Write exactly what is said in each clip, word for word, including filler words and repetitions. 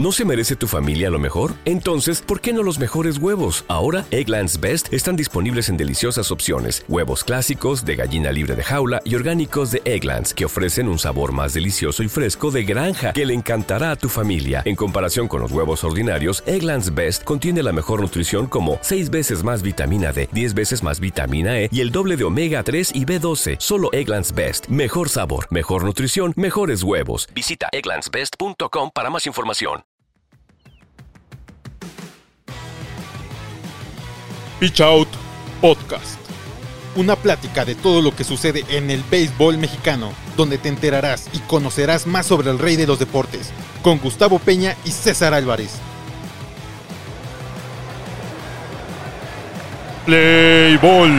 ¿No se merece tu familia lo mejor? Entonces, ¿por qué no los mejores huevos? Ahora, Eggland's Best están disponibles en deliciosas opciones. Huevos clásicos, de gallina libre de jaula y orgánicos de Eggland's, que ofrecen un sabor más delicioso y fresco de granja que le encantará a tu familia. En comparación con los huevos ordinarios, Eggland's Best contiene la mejor nutrición como seis veces más vitamina D, diez veces más vitamina E y el doble de omega tres y B doce. Solo Eggland's Best. Mejor sabor, mejor nutrición, mejores huevos. Visita egglands best punto com para más información. Pitch Out Podcast. Una plática de todo lo que sucede en el béisbol mexicano, donde te enterarás y conocerás más sobre el rey de los deportes, con Gustavo Peña y César Álvarez. Play Ball.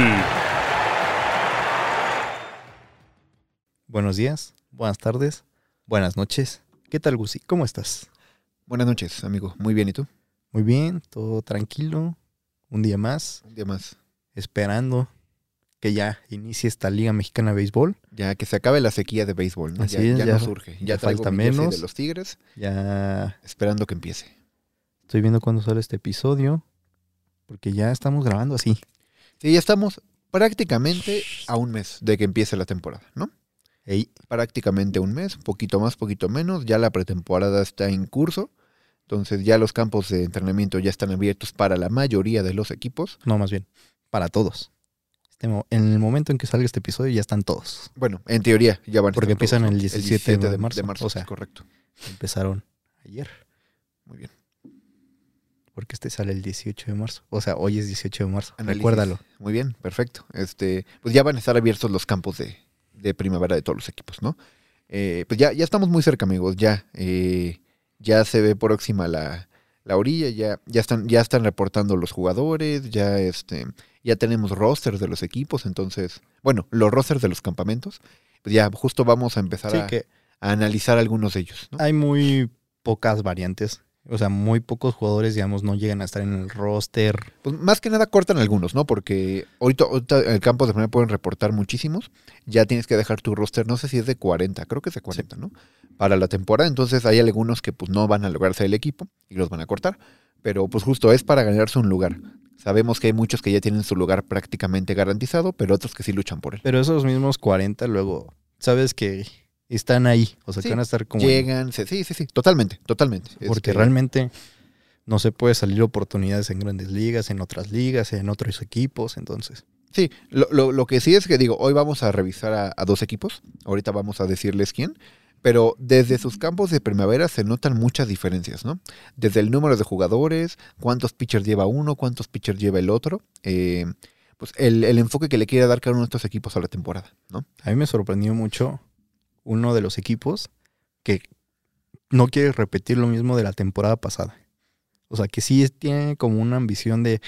Buenos días, buenas tardes, buenas noches. ¿Qué tal, Gusi? ¿Cómo estás? Buenas noches, amigo. Muy bien, ¿y tú? Muy bien, todo tranquilo. Un día más. Un día más. Esperando que ya inicie esta Liga Mexicana de Béisbol. Ya que se acabe la sequía de béisbol, ¿no? Así ya es, ya, ya no surge. Ya, ya traigo falta mi jersey menos. de los Tigres. Ya Esperando que empiece. estoy viendo cuándo sale este episodio, porque ya estamos grabando así. Sí, ya estamos prácticamente a un mes de que empiece la temporada, ¿no? Ey, Prácticamente un mes, poquito más, poquito menos. Ya la pretemporada está en curso. Entonces ya los campos de entrenamiento ya están abiertos para la mayoría de los equipos. no, más bien, para todos. Este mo- en el momento en que salga este episodio ya están todos. Bueno, en teoría ya van a Porque estar todos, empiezan ¿no? el diecisiete de marzo, De marzo, o sea. es correcto. Empezaron ayer, Muy bien. porque este sale el dieciocho de marzo. O sea, hoy es dieciocho de marzo, Análisis. recuérdalo. Muy bien, perfecto. Este, pues ya van a estar abiertos los campos de, de primavera de todos los equipos, ¿no? Eh, pues ya, ya estamos muy cerca, amigos. Ya, eh, ya se ve próxima la, la orilla, ya, ya están, ya están reportando los jugadores, ya este, ya tenemos rosters de los equipos, entonces, bueno, los rosters de los campamentos, pues ya justo vamos a empezar Sí, a, que a analizar algunos de ellos, ¿no? hay muy pocas variantes. O sea, muy pocos jugadores, digamos, no llegan a estar en el roster. Pues más que nada cortan algunos, ¿no? Porque ahorita, ahorita en el campo de primera pueden reportar muchísimos. Ya tienes que dejar tu roster, no sé si es de cuarenta, creo que es de cuarenta, ¿no? Para la temporada. Entonces hay algunos que pues no van a lograr ser el equipo y los van a cortar. Pero pues justo es para ganarse un lugar. Sabemos que hay muchos que ya tienen su lugar prácticamente garantizado, pero otros que sí luchan por él. Pero esos mismos cuarenta luego, sabes que están ahí. O sea, Sí, que van a estar como... Llegan, se- sí, sí, sí, totalmente, totalmente. Porque Este, realmente no se puede salir oportunidades en grandes ligas, en otras ligas, en otros equipos. Entonces, Sí, lo, lo, lo que sí es que digo, hoy vamos a revisar a, a dos equipos, ahorita vamos a decirles quién, pero desde sus campos de primavera se notan muchas diferencias, ¿no? Desde el número de jugadores, cuántos pitchers lleva uno, cuántos pitchers lleva el otro, eh, pues el, el enfoque que le quiere dar cada uno de estos equipos a la temporada, ¿no? a mí me sorprendió mucho uno de los equipos que no quiere repetir lo mismo de la temporada pasada. O sea, que sí es- tiene como una ambición de...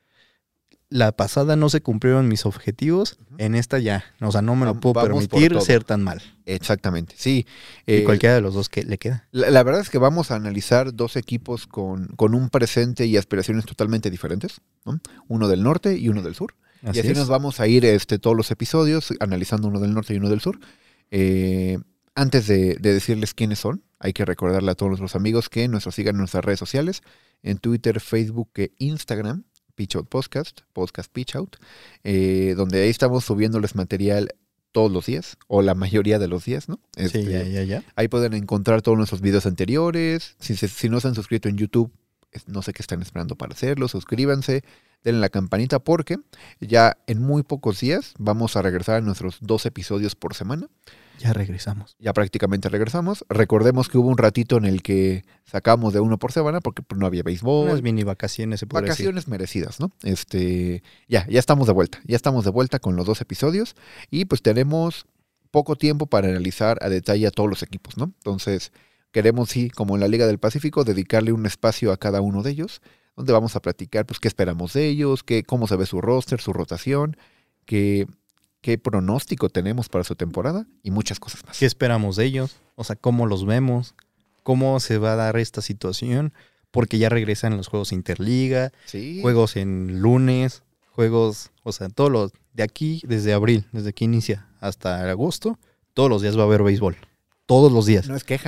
La pasada no se cumplieron mis objetivos, Ujú. en esta ya. O sea, no me lo Vam- puedo vamos por permitir todo. ser tan mal. Exactamente, sí. Y Eh, cualquiera de los dos que le queda. la, la verdad es que vamos a analizar dos equipos con, con un presente y aspiraciones totalmente diferentes, ¿no? Uno del norte y uno del sur. Así, y así es. nos vamos a ir este, todos los episodios analizando uno del norte y uno del sur. Eh, antes de, de decirles quiénes son, hay que recordarle a todos nuestros amigos que nos sigan en nuestras redes sociales, en Twitter, Facebook e Instagram, Pitch Out Podcast, Podcast Pitch Out, eh, donde ahí estamos subiéndoles material todos los días, o la mayoría de los días, ¿no? Sí, Este, ya, ya, ya. Ahí pueden encontrar todos nuestros videos anteriores. Si, se- si no se han suscrito en YouTube, es- no sé qué están esperando para hacerlo. Suscríbanse, denle la campanita porque ya en muy pocos días vamos a regresar a nuestros dos episodios por semana. Ya regresamos. Ya prácticamente regresamos. Recordemos que hubo un ratito en el que sacamos de uno por semana porque pues, no había béisbol. Unas mini vacaciones, se podría decir. Vacaciones merecidas, ¿no? Este, ya, ya estamos de vuelta. Ya estamos de vuelta con los dos episodios y pues tenemos poco tiempo para analizar a detalle a todos los equipos, ¿no? Entonces, queremos, sí, como en la Liga del Pacífico, dedicarle un espacio a cada uno de ellos, donde vamos a platicar, pues, qué esperamos de ellos, qué, cómo se ve su roster, su rotación, qué, qué pronóstico tenemos para su temporada y muchas cosas más. ¿Qué esperamos de ellos? O sea, ¿cómo los vemos? ¿Cómo se va a dar esta situación? Porque ya regresan los juegos Interliga, Sí. juegos en lunes, juegos, o sea, todos los de aquí, desde abril, desde que inicia hasta agosto, todos los días va a haber béisbol. Todos los días. No es queja, ¿no?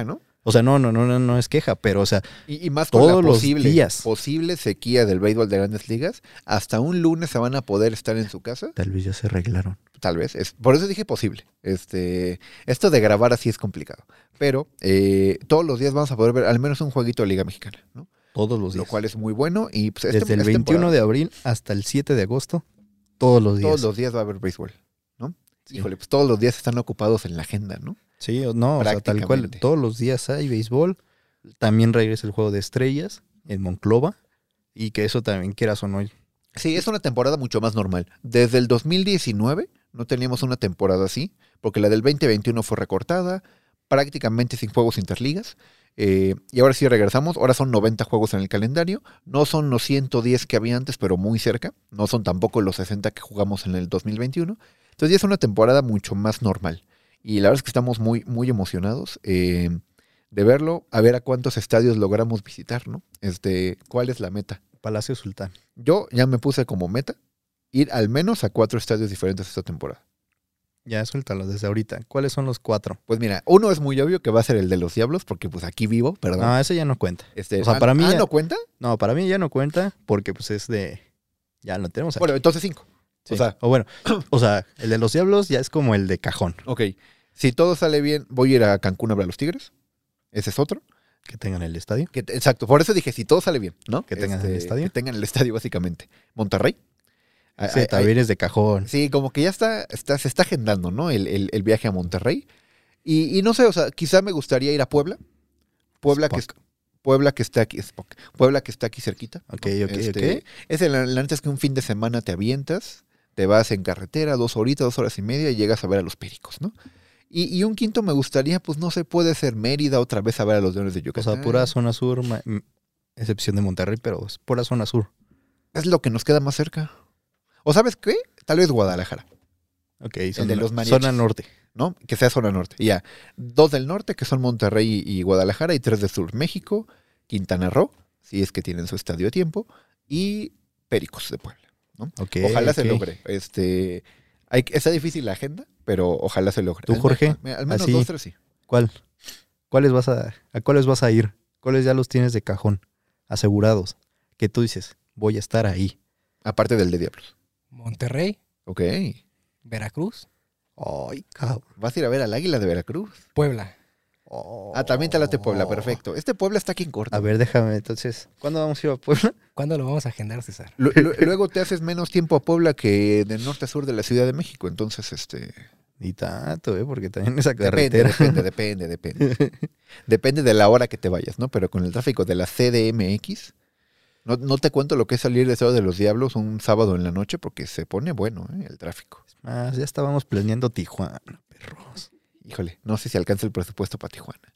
O sea, no, no, no, no, no es queja, pero, o sea, Y, y más con todos la los posible, días. posible sequía del béisbol de Grandes Ligas, hasta un lunes se van a poder estar en su casa. tal vez ya se arreglaron. Tal vez. Es, por eso dije posible. Este, esto de grabar así es complicado. Pero eh, todos los días vamos a poder ver al menos un jueguito de Liga Mexicana, ¿no? Todos los días. Lo cual es muy bueno. Y pues, este- Desde el esta veintiuno temporada, de abril hasta el siete de agosto, todos los días. todos los días va a haber béisbol, ¿no? Sí. Híjole, pues todos los días están ocupados en la agenda, ¿no? Sí, o no, o sea, tal cual. Prácticamente. Todos los días hay béisbol. También regresa el juego de estrellas en Monclova. Y que eso también, quieras o no, Sí, es una temporada mucho más normal. Desde el dos mil diecinueve no teníamos una temporada así, porque la del veinte veintiuno fue recortada, prácticamente sin juegos interligas. Eh, y ahora sí regresamos, ahora son noventa juegos en el calendario, no son los ciento diez que había antes, pero muy cerca, no son tampoco los sesenta que jugamos en el dos mil veintiuno. Entonces ya es una temporada mucho más normal. Y la verdad es que estamos muy, muy emocionados eh, de verlo, a ver a cuántos estadios logramos visitar, ¿no? Este, ¿cuál es la meta? Palacio Sultán. Yo ya me puse como meta ir al menos a cuatro estadios diferentes esta temporada. Ya, suéltalo desde ahorita. ¿Cuáles son los cuatro? Pues mira, uno es muy obvio que va a ser el de los Diablos, porque pues aquí vivo, perdón. No, ese ya no cuenta. Este, o sea, ah, para mí ah, ya- ¿no cuenta? No, para mí ya no cuenta porque pues es de... Ya lo tenemos aquí. Bueno, entonces cinco. Sí. o sea- o bueno, o sea, el de los Diablos ya es como el de cajón. Ok, si todo sale bien, voy a ir a Cancún a ver a los Tigres. Ese es otro. Que tengan el estadio. Que, exacto, por eso dije, si todo sale bien, ¿no? Que tengan el estadio. Que tengan el estadio, básicamente. Monterrey. Ah, Sí, ah, también es de cajón. Sí, como que ya está, está se está agendando, ¿no? El, el- el viaje a Monterrey. Y, y no sé, o sea, quizá me gustaría ir a Puebla. Puebla que, es- Spock. Puebla que está aquí, Spock. Puebla que está aquí cerquita. Ok, ¿no? ok, Este, ok. Es el, la neta es que un fin de semana te avientas, te vas en carretera, dos horitas, dos horas y media y llegas a ver a los Pericos, ¿no? Y, y un quinto me gustaría, pues no sé, puede ser Mérida otra vez a ver a los Leones de O Yucatán. sea, pura zona sur, ma- m- excepción de Monterrey, pero es pura zona sur. Es lo que nos queda más cerca. ¿O sabes qué? Tal vez Guadalajara, Ok, de zona, los mariachis. zona norte. ¿no? Que sea zona norte. Y ya, dos del norte, que son Monterrey y Guadalajara, y tres del sur, México, Quintana Roo, si es que tienen su estadio a tiempo, y Pericos de Puebla. Ok, Ojalá se ok. logre. Este, hay, está difícil la agenda, pero ojalá se logre. ¿Tú, Al- Jorge? Al, al menos Así. dos, tres sí. ¿Cuál? ¿Cuáles vas a, ¿A cuáles vas a ir? ¿Cuáles ya los tienes de cajón? Asegurados. Que tú dices, voy a estar ahí. Aparte del de Diablos. Monterrey, Ok. Veracruz, Ay, cabrón. Vas a ir a ver al Águila de Veracruz. Puebla. Ah, también te late Puebla, perfecto. Este Puebla está aquí en corto. A ver, déjame, entonces, ¿cuándo vamos a ir a Puebla? ¿Cuándo lo vamos a agendar, César? Lu- lu- Luego te haces menos tiempo a Puebla que de norte a sur de la Ciudad de México. Entonces, este. Ni tanto, ¿eh? Porque también esa Depende, carretera. depende, depende, depende. Depende de la hora que te vayas, ¿no? Pero con el tráfico de la C D M X, no, no te cuento lo que es salir de Estado de los Diablos un sábado en la noche porque se pone bueno, ¿eh? El tráfico. Más, ya estábamos planeando Tijuana, perros. Híjole, no sé si alcanza el presupuesto para Tijuana.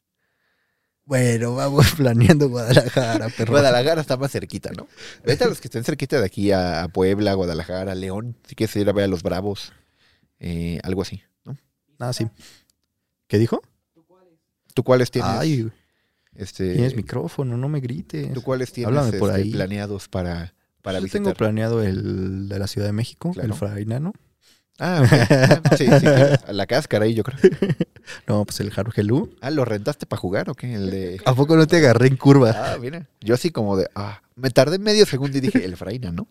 Bueno, vamos planeando Guadalajara, perros. Guadalajara está más cerquita, ¿no? Vete a los que estén cerquita de aquí, a, a Puebla, Guadalajara, León, si quieres ir a ver a los Bravos, eh, algo así, ¿no? Ah, sí. ¿Qué dijo? ¿Tú cuáles tienes? Ay, este, tienes micrófono, no me grites. ¿Tú cuáles tienes Háblame por este, ahí. planeados para, para Yo visitar? tengo planeado el de la Ciudad de México, Claro. el Frainano. Ah, ok. Ah, sí, sí, tienes. A la cáscara ahí, yo creo. No, pues el Jargelú. Ah, ¿lo rentaste para jugar o qué? El de... ¿A poco no te agarré en curva? Ah, mira. Yo así como de... Ah, me tardé medio segundo y dije, el Fraina, ¿no?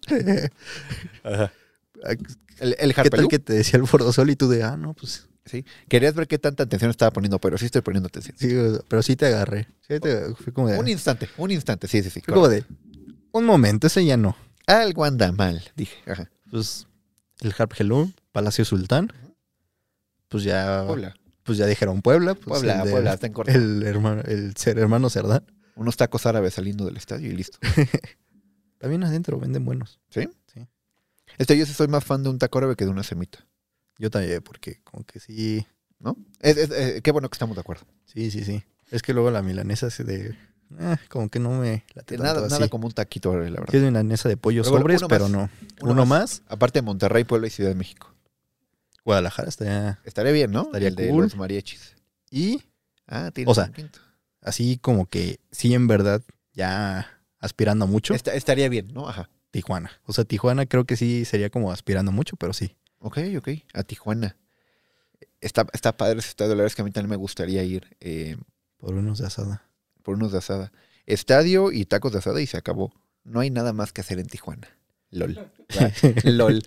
El, el ¿Qué Harpelú. tal que te decía el Bordosol y tú de, ah, no, pues Sí. Querías ver qué tanta atención estaba poniendo, pero sí estoy poniendo atención. sí, o sea, pero sí te agarré. Sí, te- fue como de, Un instante, un instante, sí, sí, sí. fue como de, un momento, ese ya no. Algo anda mal, dije. Ajá. Pues el Jargelú, Palacio Sultán, pues ya, Puebla. pues ya dijeron Puebla. Pues Puebla, el de- Puebla, está en corto. El hermano, el ser hermano Cerdán. Unos tacos árabes saliendo del estadio y listo. También adentro venden buenos. Este, yo sí soy más fan de un taco árabe que de una semita, Yo también, porque como que sí, ¿no? Es, es- eh, qué bueno que estamos de acuerdo. sí, sí, sí. Es que luego la milanesa se de, eh, como que no me late Nada, tanto nada así. como un taquito árabe, la verdad. Sí, es milanesa de pollo Luego, sobres, uno pero más. no. Uno Uno, más. más. Aparte de Monterrey, Puebla y Ciudad de México. Guadalajara estaría. Estaría bien, ¿no? Estaría El de cool. los mariachis. Y Ah, tiene O sea, un quinto. así como que sí, en verdad, ya aspirando mucho, Esta- estaría bien, ¿no? Ajá. Tijuana. O sea, Tijuana creo que sí sería como aspirando mucho, pero sí. Ok, ok. A Tijuana. Está, está padre ese estadio. La verdad es que a mí también me gustaría ir. eh, Por unos de asada. por unos de asada. Estadio y tacos de asada y se acabó. No hay nada más que hacer en Tijuana. LOL. LOL.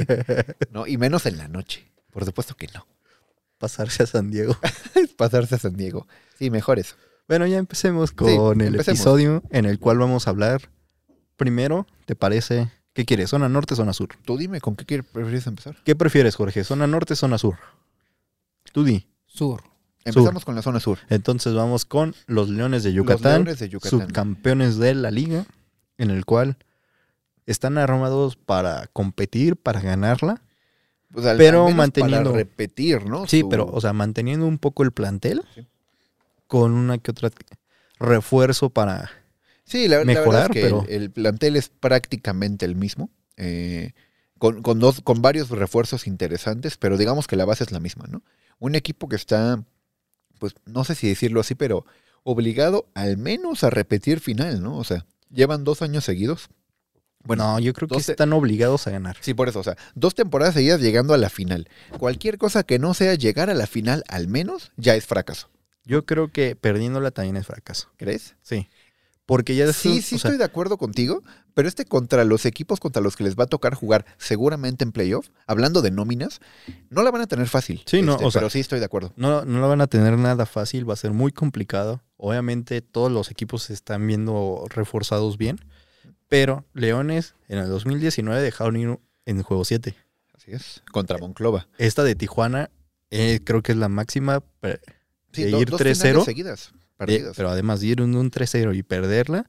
No, y menos en la noche. Por supuesto que no. Pasarse a San Diego. Es pasarse a San Diego. Sí, mejor eso. Bueno, ya empecemos con el empecemos. episodio en el cual vamos a hablar. Primero, ¿te parece? ¿Qué quieres? ¿Zona norte o zona sur? Tú dime, ¿con qué quieres- prefieres empezar? ¿Qué prefieres, Jorge? ¿Zona norte o zona sur? Tú di. Sur. Empezamos con la zona sur. Entonces vamos con los Leones de Los Yucatán, Leones de Yucatán. subcampeones de la liga, en el cual están armados para competir, para ganarla. O sea, al- Pero al menos manteniendo- para repetir, ¿no? Sí, Su- pero, o sea, manteniendo un poco el plantel, Sí. con una que otra refuerzo para... Sí, la, la verdad mejorar, es que pero- el, el plantel es prácticamente el mismo. eh, con, con, dos, con varios refuerzos interesantes, pero digamos que la base es la misma, ¿no? Un equipo que está, pues, no sé si decirlo así, pero obligado al menos a repetir final, ¿no? O sea, llevan dos años seguidos. Bueno, no, yo creo que doce están obligados a ganar. sí, por eso, o sea, dos temporadas seguidas llegando a la final. Cualquier cosa que no sea llegar a la final al menos, ya es fracaso. Yo creo que perdiéndola también es fracaso. ¿Crees? Sí. Porque ya es Sí, un- sí o sea, estoy de acuerdo contigo, pero este contra los equipos contra los que les va a tocar jugar seguramente en playoff, hablando de nóminas, no la van a tener fácil. Sí, no, este, o sea- pero sí estoy de acuerdo. no, no lo van a tener nada fácil, va a ser muy complicado. Obviamente todos los equipos se están viendo reforzados bien, pero Leones en el dos mil diecinueve dejaron ir en el juego siete. Así es. Contra Monclova. Esta de Tijuana eh, creo que es la máxima, pe- Sí, de do- ir dos tres finales cero, seguidas, de- partidas. pero además de ir en un tres cero y perderla.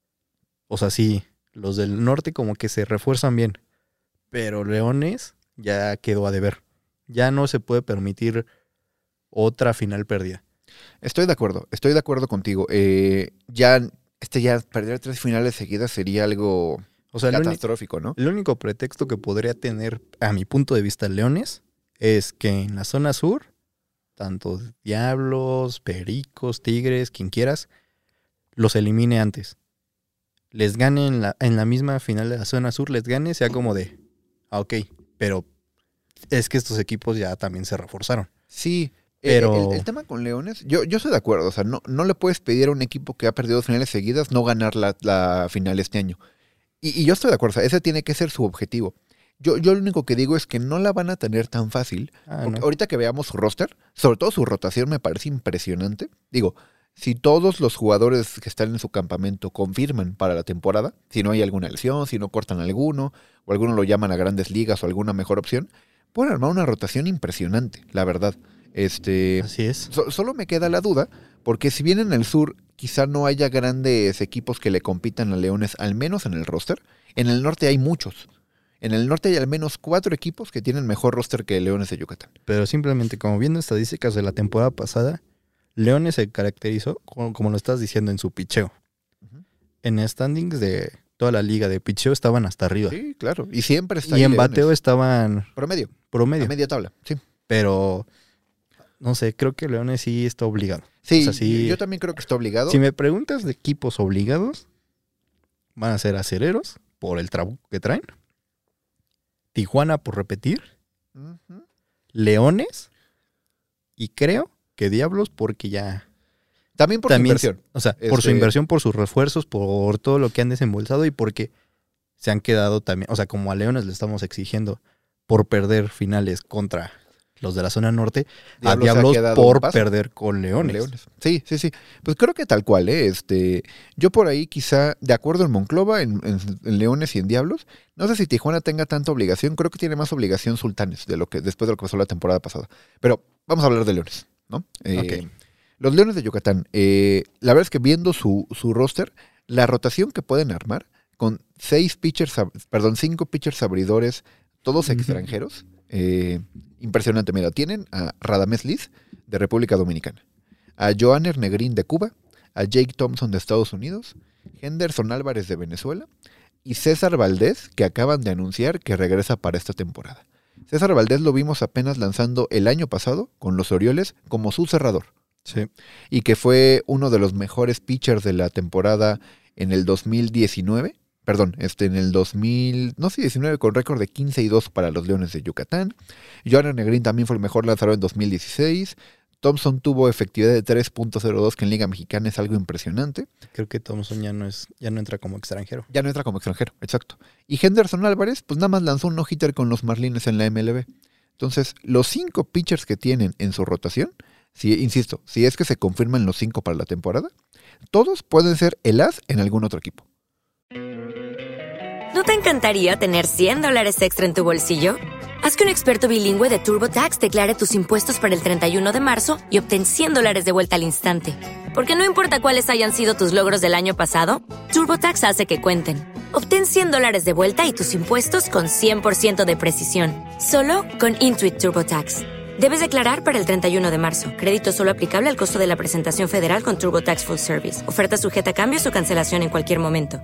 O sea, sí, los del norte como que se refuerzan bien, pero Leones ya quedó a deber. Ya no se puede permitir otra final perdida. Estoy de acuerdo, estoy de acuerdo contigo. Eh, ya, este ya perder tres finales seguidas sería algo O sea, el, uni- catastrófico, ¿no? el único pretexto que podría tener, a mi punto de vista, Leones, es que en la zona sur, tanto Diablos, Pericos, Tigres, quien quieras, los elimine antes. Les gane en la, en la misma final de la zona sur, les gane, sea como de, ah, ok, pero es que estos equipos ya también se reforzaron. Sí, eh, Pero- el, el tema con Leones, yo, yo estoy de acuerdo, o sea, no, no le puedes pedir a un equipo que ha perdido dos finales seguidas no ganar la, la final este año. Y, y yo estoy de acuerdo, o sea, ese tiene que ser su objetivo. Yo, yo lo único que digo es que no la van a tener tan fácil. Ah, Porque no. ahorita que veamos su roster, sobre todo su rotación me parece impresionante. Digo, si todos los jugadores que están en su campamento confirman para la temporada, si no hay alguna lesión, si no cortan alguno, o alguno lo llaman a grandes ligas o alguna mejor opción, pueden armar una rotación impresionante, la verdad. Este, Así es. so- solo me queda la duda, porque si bien en el sur quizá no haya grandes equipos que le compitan a Leones, al menos en el roster, en el norte hay muchos. En el norte hay al menos cuatro equipos que tienen mejor roster que Leones de Yucatán. Pero simplemente, como viendo estadísticas de la temporada pasada, Leones se caracterizó, como, como lo estás diciendo, en su picheo. Ujú. En standings de toda la liga de picheo estaban hasta arriba. Sí, claro. Y siempre está y ahí en Leones. bateo estaban Promedio, promedio. a media tabla. Sí, Pero, no sé, creo que Leones sí está obligado. sí, O sea, sí- Yo, yo también creo que está obligado. Si me preguntas de equipos obligados, van a ser Acereros, por el trabuco que traen. Tijuana, por repetir. Ujú. Leones. Y creo que Diablos, porque ya... También por también, su inversión. O sea, por su Este- inversión, por sus refuerzos, por todo lo que han desembolsado y porque se han quedado también, o sea, como a Leones le estamos exigiendo por perder finales contra los de la zona norte, a Diablos se ha Diablos quedado por un paso. perder con Leones. Leones. Sí, sí, sí. Pues creo que tal cual, ¿eh? Este, yo por ahí quizá, de acuerdo en Monclova, en, en- en Leones y en Diablos, no sé si Tijuana tenga tanta obligación, creo que tiene más obligación Sultanes de lo que después de lo que pasó la temporada pasada. Pero vamos a hablar de Leones, ¿no? Eh, Ok. Los Leones de Yucatán, eh, la verdad es que viendo su, su roster, la rotación que pueden armar con seis pitchers, ab- perdón, cinco pitchers abridores, todos Ujú. extranjeros, eh, impresionante. Mira, tienen a Radamés Liz de República Dominicana, a Joanner Negrín de Cuba, a Jake Thompson de Estados Unidos, Henderson Álvarez de Venezuela y César Valdés, que acaban de anunciar que regresa para esta temporada. César Valdés lo vimos apenas lanzando el año pasado con los Orioles como su cerrador Sí. y que fue uno de los mejores pitchers de la temporada en el dos mil diecinueve. Perdón, este, en el dos mil, no sé, diecinueve, con récord de quince y dos para los Leones de Yucatán. Joanner Negrín también fue el mejor lanzador en dos mil dieciséis. Thompson tuvo efectividad de tres punto cero dos, que en Liga Mexicana es algo impresionante. Creo que Thompson ya no es, ya no entra como extranjero. Ya no entra como extranjero, exacto. Y Henderson Álvarez, pues nada más lanzó un no-hitter con los Marlins en la M L B. Entonces, los cinco pitchers que tienen en su rotación, si, insisto, si es que se confirman los cinco para la temporada, todos pueden ser el as en algún otro equipo. ¿No te encantaría tener cien dólares extra en tu bolsillo? Haz que un experto bilingüe de TurboTax declare tus impuestos para el treinta y uno de marzo y obtén cien dólares de vuelta al instante. Porque no importa cuáles hayan sido tus logros del año pasado, TurboTax hace que cuenten. Obtén cien dólares de vuelta y tus impuestos con cien por ciento de precisión. Solo con Intuit TurboTax. Debes declarar para el treinta y uno de marzo. Crédito solo aplicable al costo de la presentación federal con TurboTax Full Service. Oferta sujeta a cambios o cancelación en cualquier momento.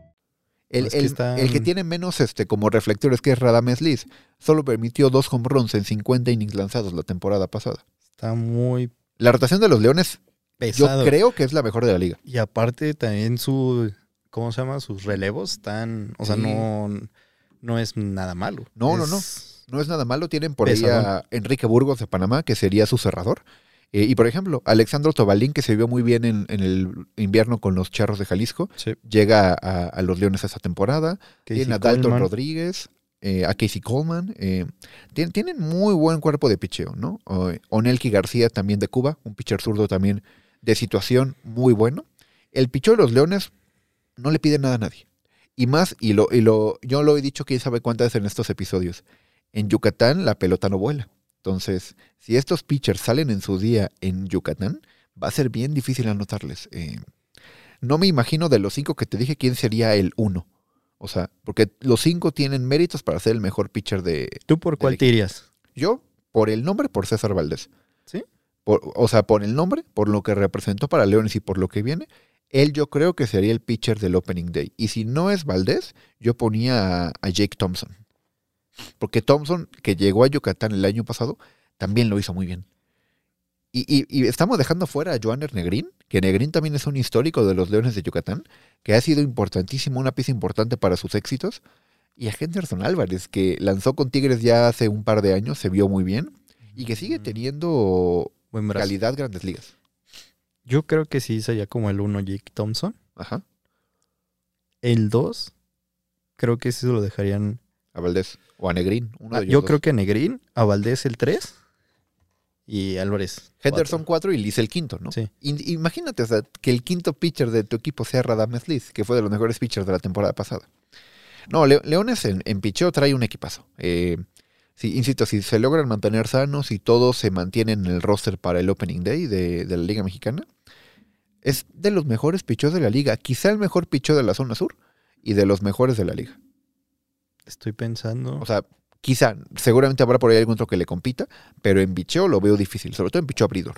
El, Es que el, están- el que tiene menos este como reflectores, que es Radames Liz, solo permitió dos home runs en cincuenta innings lanzados la temporada pasada. Está muy La rotación de los Leones, pesado. yo creo que es la mejor de la liga. Y aparte también su, ¿cómo se llama? Sus relevos están, o sea, Sí. no, no es nada malo. No, no, no. Es- No es nada malo. Tienen por ahí Pesadón. a Enrique Burgos de Panamá, que sería su cerrador. Eh, y por ejemplo, Alexandro Tobalín, que se vio muy bien en, en el invierno con los Charros de Jalisco, Sí. llega a, a los Leones esta temporada. Casey Tienen a Dalton Coleman. Rodríguez, eh, a Casey Coleman. eh, tien- tienen muy buen cuerpo de picheo, ¿no? O- Onelki García también de Cuba, un pitcher zurdo también de situación muy bueno. El picheo de los Leones no le pide nada a nadie. Y más, y lo, y lo, yo lo he dicho quién sabe cuántas veces en estos episodios. En Yucatán la pelota no vuela. Entonces, si estos pitchers salen en su día en Yucatán, va a ser bien difícil anotarles. Eh, no me imagino de los cinco que te dije quién sería el uno. O sea, porque los cinco tienen méritos para ser el mejor pitcher de... ¿Tú por cuál del te irías? Yo, por el nombre, por César Valdés. ¿Sí? Por- o sea, por el nombre, por lo que representó para Leones y por lo que viene, él yo creo que sería el pitcher del Opening Day. Y si no es Valdés, yo ponía a, a Jake Thompson. Porque Thompson, que llegó a Yucatán el año pasado, también lo hizo muy bien. Y, y- y estamos dejando fuera a Joaner Negrín, que Negrín también es un histórico de los Leones de Yucatán, que ha sido importantísimo, una pieza importante para sus éxitos. Y a Henderson Álvarez, que lanzó con Tigres ya hace un par de años, se vio muy bien, y que sigue teniendo Buen brazo. calidad Grandes Ligas. Yo creo que sí sería como el uno Jake Thompson. Ajá, El dos, creo que sí se lo dejarían. a Valdés. O a Negrín, uno Ah, de ellos yo dos. creo que a Negrín, a Valdés el tres y Álvarez. Henderson cuatro. cuatro y Liz el quinto, ¿no? Sí. In- imagínate, o sea, que el quinto pitcher de tu equipo sea Radames Liz, que fue de los mejores pitchers de la temporada pasada. No, Le- Leones en, en picheo trae un equipazo. Eh, sí, insisto, si se logran mantener sanos y todos se mantienen en el roster para el Opening Day de, de la Liga Mexicana, es de los mejores picheos de la liga. Quizá el mejor picheo de la zona sur y de los mejores de la liga. Estoy pensando. O sea, quizá, seguramente habrá por ahí algún otro que le compita, pero en picheo lo veo difícil, sobre todo en picheo abridor.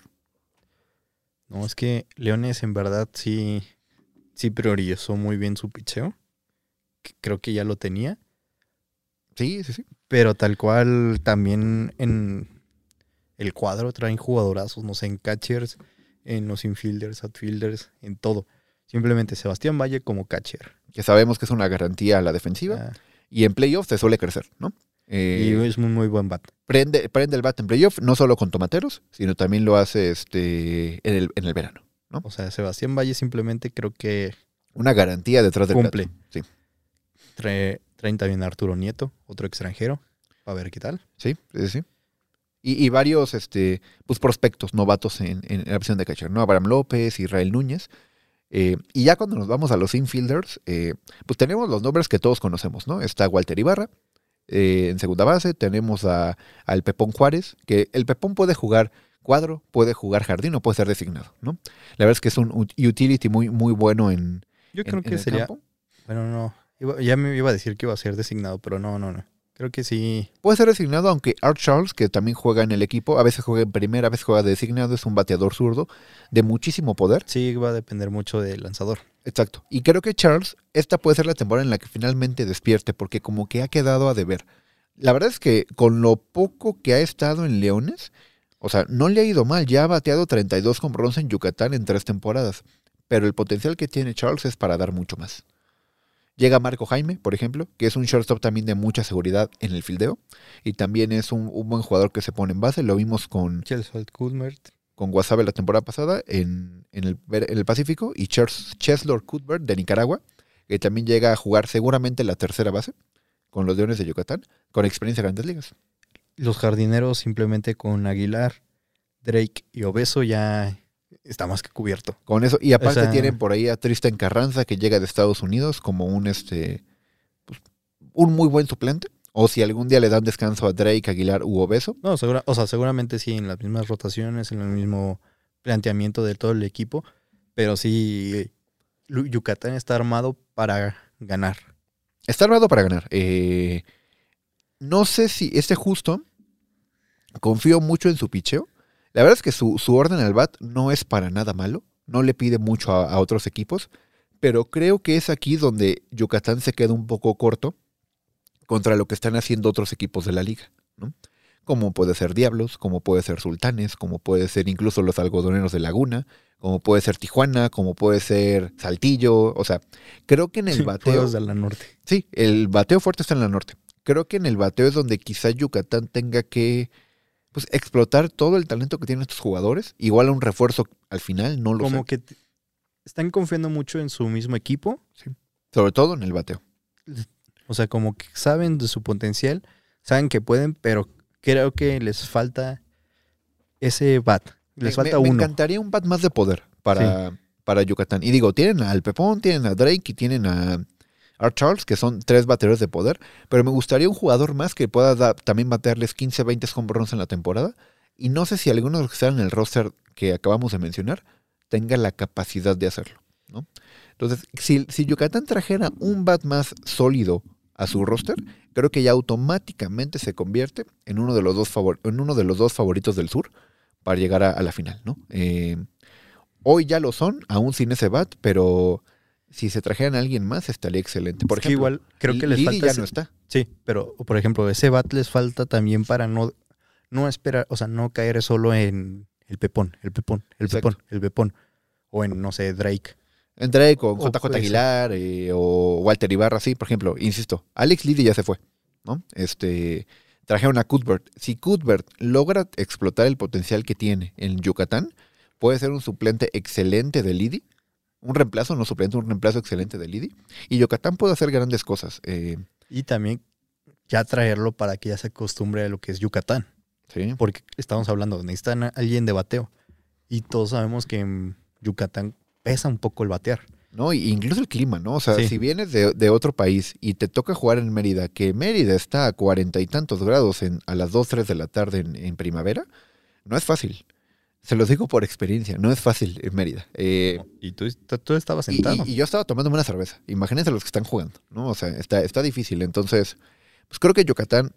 No, es que Leones en verdad sí, sí priorizó muy bien su picheo. Que creo que ya lo tenía. Sí, sí, sí. Pero tal cual también en el cuadro traen jugadorazos, no sé, en catchers, en los infielders, outfielders, en todo. Simplemente Sebastián Valle como catcher. Que sabemos que es una garantía a la defensiva. Ah, Y en playoffs se suele crecer, ¿no? Eh, y es un muy buen bat. prende, prende el bat en playoff, no solo con tomateros, sino también lo hace este en el, en el verano. O sea, Sebastián Valle simplemente creo que Una garantía detrás del Cumple. plato. Sí, trae, traen también a Arturo Nieto, otro extranjero. A ver qué tal. sí, sí. sí. Y, y varios este, pues, prospectos novatos en, en la opción de catcher, ¿no? Abraham López, Israel Núñez. Eh, y ya cuando nos vamos a los infielders, eh, pues tenemos los nombres que todos conocemos, ¿no? Está Walter Ibarra eh, en segunda base, tenemos a, al Pepón Juárez, que el Pepón puede jugar cuadro, puede jugar jardín o puede ser designado, ¿no? La verdad es que es un ut- utility muy, muy bueno en, Yo en- creo en que el sería... campo. Bueno, no. Iba- ya me iba a decir que iba a ser designado, pero no, no, no. Creo que sí. Puede ser designado, aunque Art Charles, que también juega en el equipo, a veces juega en primera, a veces juega de designado, es un bateador zurdo de muchísimo poder. Sí, va a depender mucho del lanzador. Exacto. Y creo que Charles, esta puede ser la temporada en la que finalmente despierte, porque como que ha quedado a deber. La verdad es que con lo poco que ha estado en Leones, o sea, no le ha ido mal. Ya ha bateado treinta y dos home runs en Yucatán en tres temporadas. Pero el potencial que tiene Charles es para dar mucho más. Llega Marco Jaime, por ejemplo, que es un shortstop también de mucha seguridad en el fildeo. Y también es un, un buen jugador que se pone en base. Lo vimos con... Chelsea Kulmert. con Guasave la temporada pasada en, en, el, en el Pacífico, y Cheslor Cuthbert de Nicaragua, que también llega a jugar seguramente la tercera base con los Leones de Yucatán, con experiencia en Grandes Ligas. Los jardineros simplemente con Aguilar, Drake y Obeso ya está más que cubierto. Con eso, y aparte O sea, tienen por ahí a Tristan Carranza, que llega de Estados Unidos como un este pues, un muy buen suplente. O si algún día le dan descanso a Drake, Aguilar u Obeso. No, segura, o sea, seguramente sí, en las mismas rotaciones, en el mismo planteamiento de todo el equipo, pero sí, Yucatán está armado para ganar. Está armado para ganar. Eh, no sé si este justo, confío mucho en su picheo. La verdad es que su, su orden al bat no es para nada malo, no le pide mucho a, a otros equipos, pero creo que es aquí donde Yucatán se queda un poco corto contra lo que están haciendo otros equipos de la liga, ¿no? Como puede ser Diablos, como puede ser Sultanes, como puede ser incluso los Algodoneros de Laguna, como puede ser Tijuana, como puede ser Saltillo. O sea, creo que en el bateo... Juegos de la norte. Sí, el bateo fuerte está en la norte. Creo que en el bateo es donde quizá Yucatán tenga que pues, explotar todo el talento que tienen estos jugadores. Igual a un refuerzo al final, no lo Como sé. que t- están confiando mucho en su mismo equipo. Sí. Sobre todo en el bateo. O sea, como que saben de su potencial, saben que pueden, pero creo que les falta ese bat. Les me, falta me, me uno. encantaría un bat más de poder para, sí. para Yucatán. Y digo, tienen al Pepón, tienen a Drake y tienen a Art Charles, que son tres bateadores de poder. Pero me gustaría un jugador más que pueda da, también batearles quince, veinte home runs en la temporada. Y no sé si alguno de los que están en el roster que acabamos de mencionar tenga la capacidad de hacerlo, ¿no? Entonces, si, si Yucatán trajera un bat más sólido a su roster, creo que ya automáticamente se convierte en uno de los dos, favor- en uno de los dos favoritos del sur para llegar a, a la final, ¿no? Eh, hoy ya lo son, aún sin ese bat, pero si se trajeran a alguien más estaría excelente. Por Es que ejemplo, igual creo que les Lidi falta ya ese- no está. Sí, pero por ejemplo, ese bat les falta también para no, no esperar, o sea, no caer solo en el pepón, el pepón, el Exacto. pepón, el pepón. O en, no sé, Drake. Entré con O J J eso. Aguilar eh, o Walter Ibarra, sí, por ejemplo, insisto, Alex Lidi ya se fue, ¿no? Este, trajeron a Cuthbert. Si Cuthbert logra explotar el potencial que tiene en Yucatán, puede ser un suplente excelente de Lidi, un reemplazo, no suplente, un reemplazo excelente de Lidi, y Yucatán puede hacer grandes cosas. Eh, Y también ya traerlo para que ya se acostumbre a lo que es Yucatán. sí. Porque estamos hablando, necesitan a alguien de bateo. Y todos sabemos que en Yucatán pesa un poco el batear. ¿No? Y incluso el clima, ¿no? O sea, Sí. si vienes de, de otro país y te toca jugar en Mérida, que Mérida está a cuarenta y tantos grados en, a las dos, tres de la tarde en, en primavera, no es fácil. Se los digo por experiencia, no es fácil en Mérida. Eh, Y tú, tú estabas y, sentado. y- y yo estaba tomándome una cerveza. Imagínense los que están jugando, ¿no? O sea, está, está difícil. Entonces, pues creo que Yucatán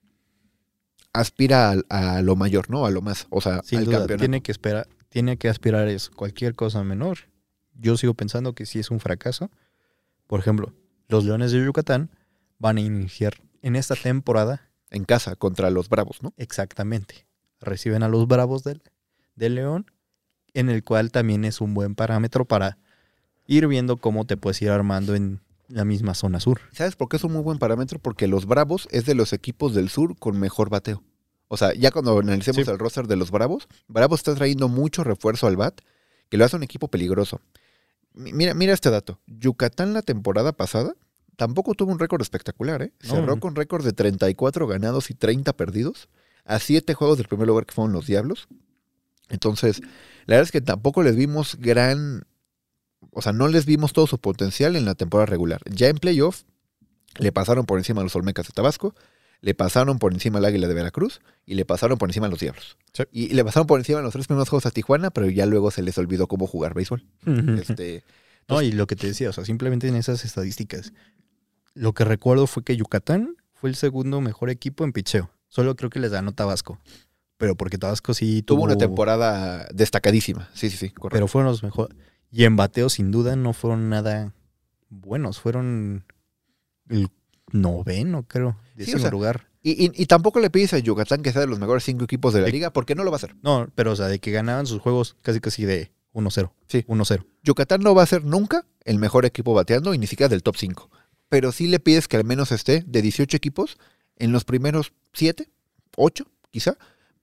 aspira a, a lo mayor, ¿no? A lo más, o sea, Sin al duda, campeonato. tiene que esperar, tiene que aspirar a eso. Cualquier cosa menor. Yo sigo pensando que sí es un fracaso. Por ejemplo, los Leones de Yucatán van a iniciar en esta temporada En casa, contra los Bravos, ¿no? exactamente. Reciben a los Bravos del, del León, en el cual también es un buen parámetro para ir viendo cómo te puedes ir armando en la misma zona sur. ¿Sabes por qué es un muy buen parámetro? Porque los Bravos es de los equipos del sur con mejor bateo. O sea, ya cuando analicemos Sí. el roster de los Bravos, Bravos está trayendo mucho refuerzo al bat, que lo hace un equipo peligroso. Mi- Mira, mira este dato. Yucatán la temporada pasada tampoco tuvo un récord espectacular, ¿eh? No. Cerró con récord de treinta y cuatro ganados y treinta perdidos, a siete juegos del primer lugar que fueron los Diablos. Entonces, la verdad es que tampoco les vimos gran... O sea, no les vimos todo su potencial en la temporada regular. Ya en playoff, le pasaron por encima a los Olmecas de Tabasco, le pasaron por encima al Águila de Veracruz y le pasaron por encima a los Diablos. Sí. Y le pasaron por encima en los tres primeros juegos a Tijuana, pero ya luego se les olvidó cómo jugar béisbol. Este, No, y lo que te decía, o sea, simplemente en esas estadísticas. Lo que recuerdo fue que Yucatán fue el segundo mejor equipo en picheo. Solo creo que les ganó Tabasco. Pero porque Tabasco sí tuvo... tuvo una temporada destacadísima. Sí, sí, sí, correcto. Pero fueron los mejores. Y en bateo, sin duda, no fueron nada buenos. Fueron el noveno, creo. Décimo o sea, lugar. Y, y- y tampoco le pides a Yucatán que sea de los mejores cinco equipos de la Sí. liga, porque no lo va a hacer. No, pero o sea, de que ganaban sus juegos casi casi de uno cero. Sí. uno cero. Yucatán no va a ser nunca el mejor equipo bateando y ni siquiera del top cinco. Pero sí le pides que al menos esté de dieciocho equipos en los primeros siete, ocho, quizá,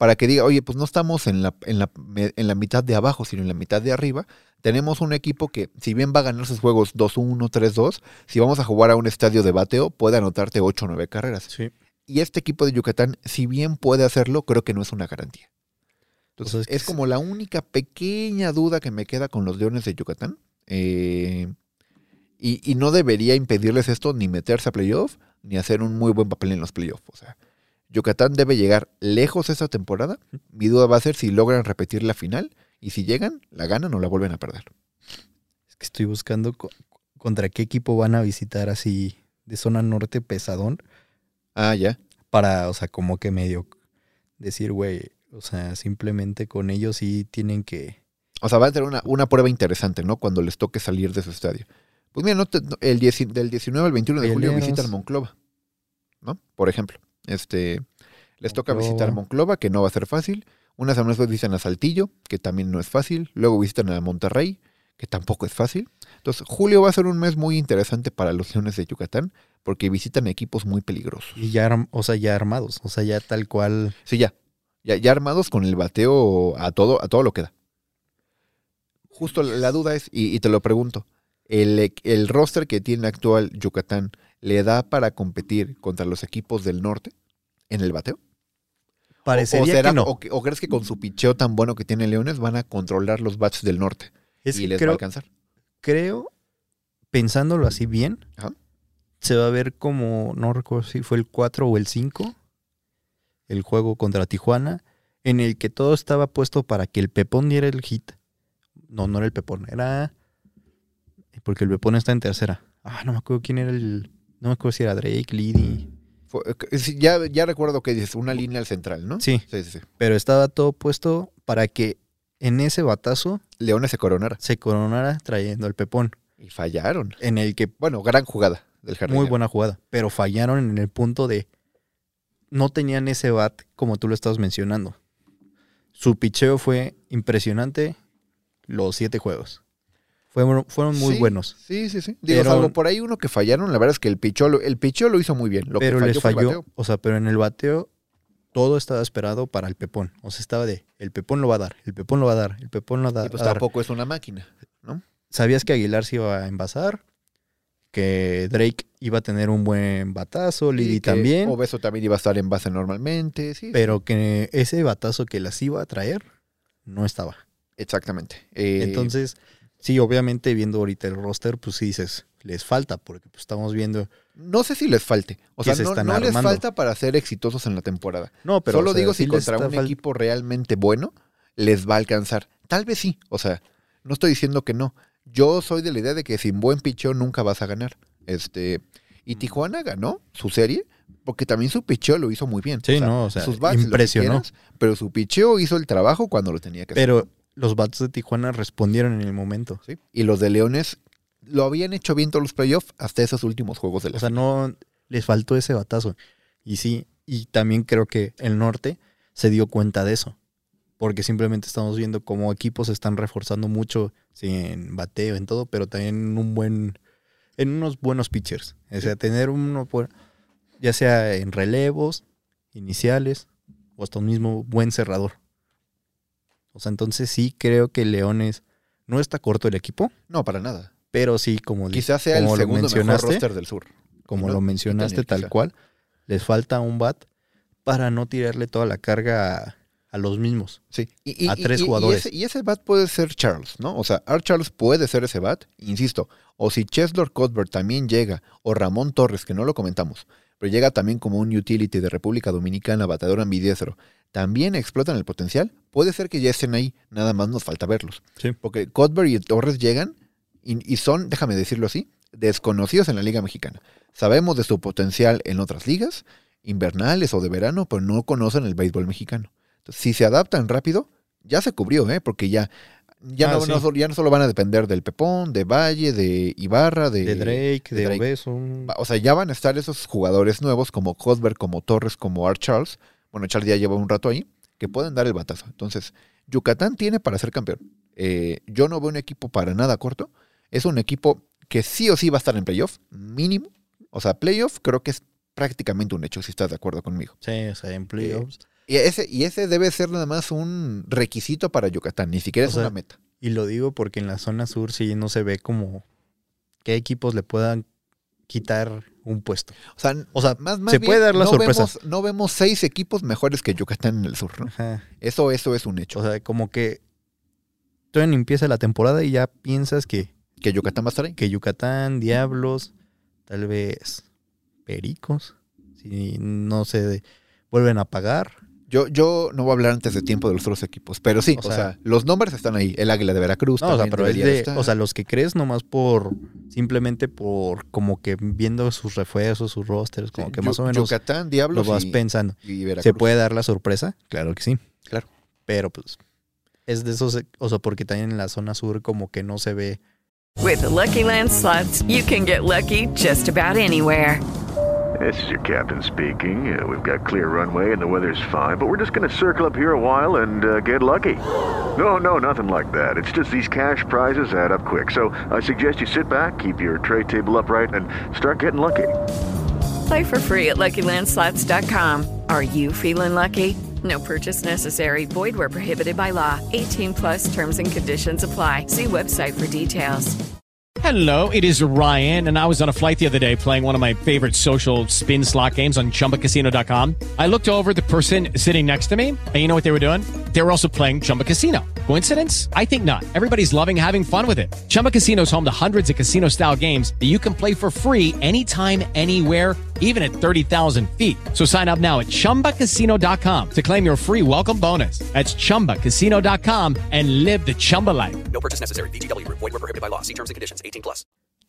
para que diga, oye, pues no estamos en la, en la, en la mitad de abajo, sino en la mitad de arriba. Tenemos un equipo que, si bien va a ganar sus juegos dos uno, tres dos, si vamos a jugar a un estadio de bateo, puede anotarte ocho o nueve carreras. Sí. Y este equipo de Yucatán, si bien puede hacerlo, creo que no es una garantía. Entonces, O sea, es es que como la única pequeña duda que me queda con los Leones de Yucatán. Eh, y, y no debería impedirles esto ni meterse a playoff, ni hacer un muy buen papel en los playoffs. O sea, Yucatán debe llegar lejos esta temporada. Mi duda va a ser si logran repetir la final. Y si llegan, la ganan o la vuelven a perder. Es que estoy buscando co- contra qué equipo van a visitar así de zona norte pesadón Ah, ya. para, o sea, como que medio decir, güey, o sea, simplemente con ellos sí tienen que... O sea, va a tener una, una prueba interesante, ¿no? Cuando les toque salir de su estadio. Pues mira, no te- no, el diez del diecinueve al veintiuno de julio Peleros. visitan Monclova, ¿no? Por ejemplo. Este, les toca Monclova. visitar Monclova, que no va a ser fácil. Unas semanas después visitan a Saltillo, que también no es fácil. Luego visitan a Monterrey, que tampoco es fácil. Entonces, julio va a ser un mes muy interesante para los Leones de Yucatán, porque visitan equipos muy peligrosos. Y ya, arm- o sea, ya armados, o sea, ya tal cual... Sí, ya. Ya, ya armados con el bateo a todo, a todo lo que da. Justo la, la duda es, y, y te lo pregunto, ¿el, ¿el roster que tiene actual Yucatán le da para competir contra los equipos del norte en el bateo? Parecería o, o será- que no. o, o crees que con su picheo tan bueno que tiene Leones van a controlar los bats del norte Es y que les va a creo, alcanzar? creo, pensándolo así bien, Ajá. se va a ver como, no recuerdo si fue el cuatro o el cinco, el juego contra Tijuana, en el que todo estaba puesto para que el Pepón diera el hit. No, no era el Pepón, era... Porque el Pepón está en tercera. Ah, no me acuerdo quién era el... No me acuerdo si era Drake, Liddy. Fue- eh, sí, ya, ya recuerdo que dices, una línea al central, ¿no? Sí, Sí, sí, sí. pero estaba todo puesto para que en ese batazo Leones se coronara. se coronara trayendo el Pepón. Y fallaron. En el que... Bueno, gran jugada del jardinero. Muy buena jugada. Pero fallaron en el punto de... No tenían ese bat como tú lo estabas mencionando. Su picheo fue impresionante los siete juegos. Fueron, fueron muy Sí, buenos. Sí, sí, sí. Digo, Pero- salvo por ahí uno que fallaron, la verdad es que el picheo lo, el picheo lo hizo muy bien. Lo pero que les fue el falló. bateo. O sea, pero en el bateo todo estaba esperado para el Pepón. O sea, estaba de, el Pepón lo va a dar, el Pepón lo va a dar, el Pepón lo va a Y pues dar. tampoco es una máquina, ¿no? Sabías que Aguilar se iba a envasar, que Drake iba a tener un buen batazo, Liddy Y que también. Obeso también iba a estar en base normalmente, sí. Pero que ese batazo que las iba a traer no estaba. Exactamente. Eh, Entonces, sí, obviamente viendo ahorita el roster, pues sí dices, les falta, porque pues, estamos viendo... no sé si les falte. O que sea, se no, están no les armando. falta para ser exitosos en la temporada. No, pero Solo o sea, digo sí si les contra está un fal- equipo realmente bueno les va a alcanzar. Tal vez sí. O sea, no estoy diciendo que no. Yo soy de la idea de que sin buen picheo nunca vas a ganar. Este, y Tijuana ganó su serie porque también su picheo lo hizo muy bien. Sí, no, o sea, sus bats, lo que impresionó. quieras, pero su picheo hizo el trabajo cuando lo tenía que hacer. Pero los bats de Tijuana respondieron en el momento. ¿Sí? Y los de Leones lo habían hecho bien todos los playoffs hasta esos últimos juegos de la O sea, no les faltó ese batazo. Y sí, y también creo que el norte se dio cuenta de eso. Porque simplemente estamos viendo cómo equipos se están reforzando mucho, sí, en bateo, en todo, pero también en un buen, en unos buenos pitchers. O sea, tener uno, por- ya sea en relevos, iniciales, o hasta un mismo buen cerrador. O sea, entonces sí creo que Leones no está corto el equipo, No, para nada. pero sí, como, le- Quizás sea el como lo segundo mejor mencionaste, roster del sur. como Y no, lo y mencionaste Daniel, tal quizá. cual, les falta un bat para no tirarle toda la carga a, a los mismos. Sí. Y, y- a y- tres y- y jugadores. ese, y ese bat puede ser Charles, ¿no? O sea, Art Charles puede ser ese bat, insisto. O si Cheslor Cuthbert también llega, o Ramón Torres, que no lo comentamos, pero llega también como un utility de República Dominicana, bateador ambidiestro, también explotan el potencial, puede ser que ya estén ahí, nada más nos falta verlos. Sí. Porque Cuthbert y Torres llegan y, y son, déjame decirlo así, desconocidos en la Liga Mexicana. Sabemos de su potencial en otras ligas, invernales o de verano, pero no conocen el béisbol mexicano. Entonces, si se adaptan rápido, ya se cubrió, ¿eh? Porque ya, ya, Ah, no, sí. no solo- ya no solo van a depender del Pepón, de Valle, de Ibarra, de, De Drake, de de, Drake. Obeso. O sea, ya van a estar esos jugadores nuevos como Cuthbert, como Torres, como Art Charles. Bueno, Charles ya lleva un rato ahí, que pueden dar el batazo. Entonces, Yucatán tiene para ser campeón. Eh, yo no veo un equipo para nada corto. Es un equipo que sí o sí va a estar en playoff, mínimo. O sea, playoff creo que es prácticamente un hecho, si estás de acuerdo conmigo. Sí, o sea, en playoffs. Y ese, y ese debe ser nada más un requisito para Yucatán, ni siquiera O es sea, una meta. Y lo digo porque en la zona sur sí no se ve como qué equipos le puedan quitar un puesto. O sea, O sea, más, más se bien, puede dar la no sorpresa. Vemos, no vemos seis equipos mejores que Yucatán en el sur, ¿no? Ajá. Eso, eso es un hecho. O sea, como que todavía no empieza la temporada y ya piensas que, que Yucatán va a estar ahí. que Yucatán, Diablos, tal vez Pericos, si no se vuelven a pagar. Yo, yo no voy a hablar antes de tiempo de los otros equipos, pero sí, O o, sea, sea, los nombres están ahí. El Águila de Veracruz No, o sea, también pero es debería de, estar. o sea, los que crees nomás por, simplemente por como que viendo sus refuerzos, sus rosters, como Sí, que Yu- más o menos Yucatán, lo Diablos vas y, pensando. y Veracruz. ¿Se puede dar la sorpresa? Claro que sí. Claro. Pero pues es de esos, o sea, porque también en la zona sur como que no se ve. With the Lucky Land Slots, you can get lucky just about anywhere. This is your captain speaking. Uh, we've got clear runway and the weather's fine, but we're just going to circle up here a while and uh, get lucky. No, no, nothing like that. It's just these cash prizes add up quick. So I suggest you sit back, keep your tray table upright, and start getting lucky. Play for free at Lucky Land Slots dot com. Are you feeling lucky? No purchase necessary. Void where prohibited by law. eighteen plus terms and conditions apply. See website for details. Hello, it is Ryan, and I was on a flight the other day playing one of my favorite social spin slot games on Chumba Casino dot com. I looked over at the person sitting next to me, and you know what they were doing? They were also playing Chumba Casino. Coincidence? I think not. Everybody's loving having fun with it. Chumba Casino is home to hundreds of casino-style games that you can play for free anytime, anywhere, even at thirty thousand feet. So sign up now at Chumba Casino dot com to claim your free welcome bonus. That's Chumba Casino dot com and live the Chumba life. No purchase necessary. V G W. Void where prohibited by law. See terms and conditions. eighteen plus.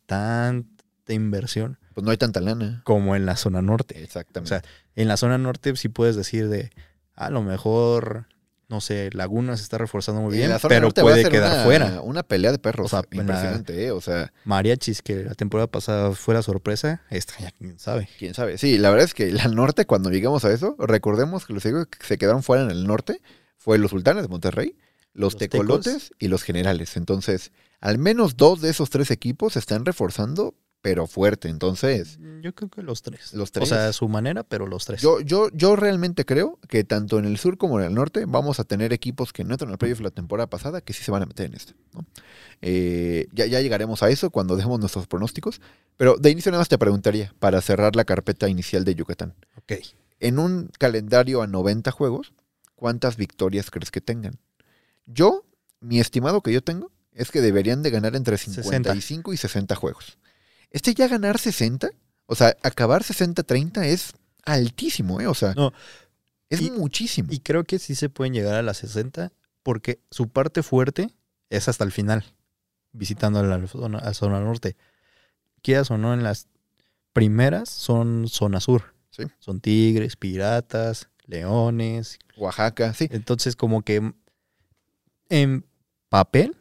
Tanta inversión Pues no hay tanta lana. como en la zona norte. O Exactamente. sea, en la zona norte sí puedes decir de, a lo mejor, no sé, Laguna se está reforzando muy Y bien, la zona pero norte va a puede ser quedar una, fuera. Una pelea de perros. O sea, en la- impresionante, ¿eh? O sea, Mariachis, que la temporada pasada fue la sorpresa, esta ya quién sabe. quién sabe. Sí, la verdad es que la norte, cuando llegamos a eso, recordemos que los equipos que se quedaron fuera en el norte fue los Sultanes de Monterrey, los, Los Tecolotes Tecos. y los Generales. Entonces, al menos dos de esos tres equipos se están reforzando, pero fuerte. Entonces, Yo creo que los tres. Los O tres. sea, a su manera, pero los tres. yo, yo, yo realmente creo que tanto en el sur como en el norte vamos a tener equipos que no entran al playoff la temporada pasada que sí se van a meter en esta, ¿no? Eh, ya, ya llegaremos a eso cuando dejemos nuestros pronósticos. Pero de inicio nada más te preguntaría, para cerrar la carpeta inicial de Yucatán. Ok. En un calendario a noventa juegos, ¿cuántas victorias crees que tengan? Yo, mi estimado que yo tengo, es que deberían de ganar entre cincuenta y cinco y sesenta juegos. Este ya ganar sesenta, o sea, acabar sesenta treinta es altísimo, ¿eh? O sea, No, es y- muchísimo. Y creo que sí se pueden llegar a las sesenta porque su parte fuerte es hasta el final, visitando a la zona, a zona norte. Quieras o no, en las primeras son zona sur. Sí. Son Tigres, Piratas, Leones. Oaxaca, sí. Entonces, como que en papel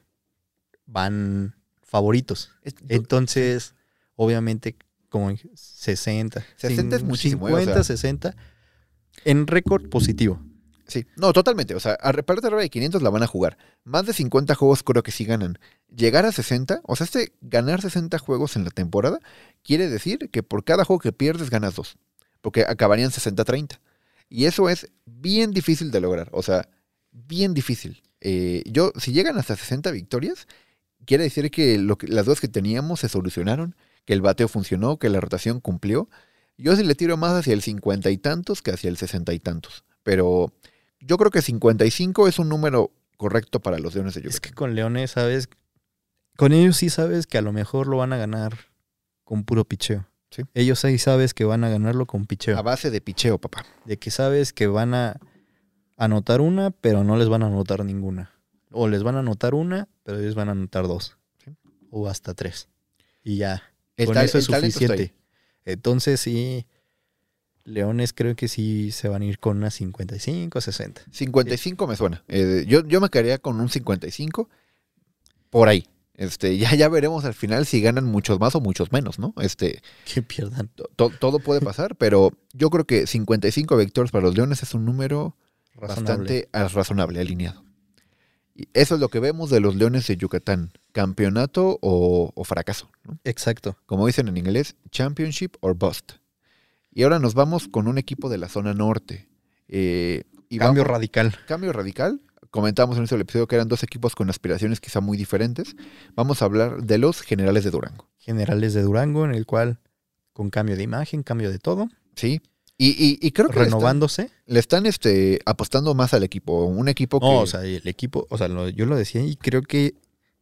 van favoritos. Es- Entonces, obviamente, como en sesenta. sesenta es cin- muchísimo, ¿eh? O cincuenta, sea- sesenta. En récord positivo. Sí, no, totalmente. O sea, a repartir arriba de quinientos la van a jugar. Más de cincuenta juegos creo que sí ganan. Llegar a sesenta, o sea, este ganar sesenta juegos en la temporada quiere decir que por cada juego que pierdes ganas dos. Porque acabarían sesenta treinta. Y eso es bien difícil de lograr. O sea, bien difícil. Eh, yo, si llegan hasta sesenta victorias, quiere decir que, lo que las dudas que teníamos se solucionaron, que el bateo funcionó, que la rotación cumplió. Yo sí le tiro más hacia el cincuenta y tantos que hacia el sesenta y tantos. Pero yo creo que cincuenta y cinco es un número correcto para los Leones de Yucatán. Es que con Leones, sabes, con ellos sí sabes que a lo mejor lo van a ganar con puro picheo. Sí. Ellos sí sabes que van a ganarlo con picheo. A base de picheo, papá. De que sabes que van a anotar una, pero no les van a anotar ninguna. O les van a anotar una, pero ellos van a anotar dos. Sí. O hasta tres. Y ya. El con tal- eso es el talento está suficiente. Entonces sí, Leones creo que sí se van a ir con unas cincuenta y cinco, sesenta. cincuenta y cinco me suena. Eh, yo, yo me quedaría con un cincuenta y cinco por ahí. Este, ya, ya veremos al final si ganan muchos más o muchos menos, ¿no? Este, Que pierdan. to- todo puede pasar, pero yo creo que cincuenta y cinco victorias para los Leones es un número Razonable. bastante ah, razonable, alineado. Y eso es lo que vemos de los Leones de Yucatán. Campeonato o, o fracaso, ¿no? Exacto. Como dicen en inglés, championship or bust. Y ahora nos vamos con un equipo de la zona norte. Eh, y Cambio vamos- radical. Cambio radical. Comentamos en este episodio que eran dos equipos con aspiraciones quizá muy diferentes. Vamos a hablar de los Generales de Durango. Generales de Durango, en el cual, con cambio de imagen, cambio de todo, Sí. Y, y, y creo que le están- renovándose. le están, este, apostando más al equipo. Un equipo que... No, o sea, el equipo, o sea, lo- yo lo decía y creo que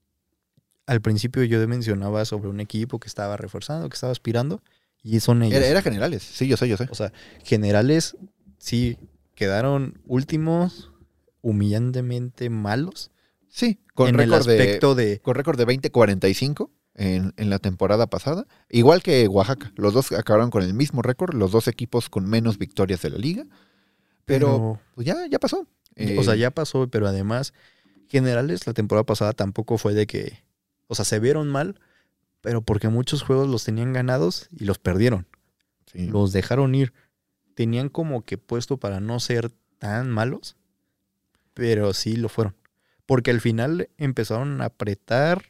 al principio yo mencionaba sobre un equipo que estaba reforzando, que estaba aspirando, y son ellos. era, era Generales. Sí, yo sé, yo sé. O sea, Generales sí quedaron últimos, humillantemente malos, Sí, con en el récord de... aspecto de... Con récord de veinte cuarenta y cinco en, en la temporada pasada. Igual que Oaxaca. Los dos acabaron con el mismo récord. Los dos equipos con menos victorias de la liga. Pero, pero- pues ya, ya pasó. o sea, Eh, ya pasó, pero además, Generales la temporada pasada tampoco fue de que... O sea, se vieron mal, pero porque muchos juegos los tenían ganados y los perdieron. sí. Los dejaron ir. Tenían como que puesto para no ser tan malos, pero sí lo fueron. Porque al final empezaron a apretar,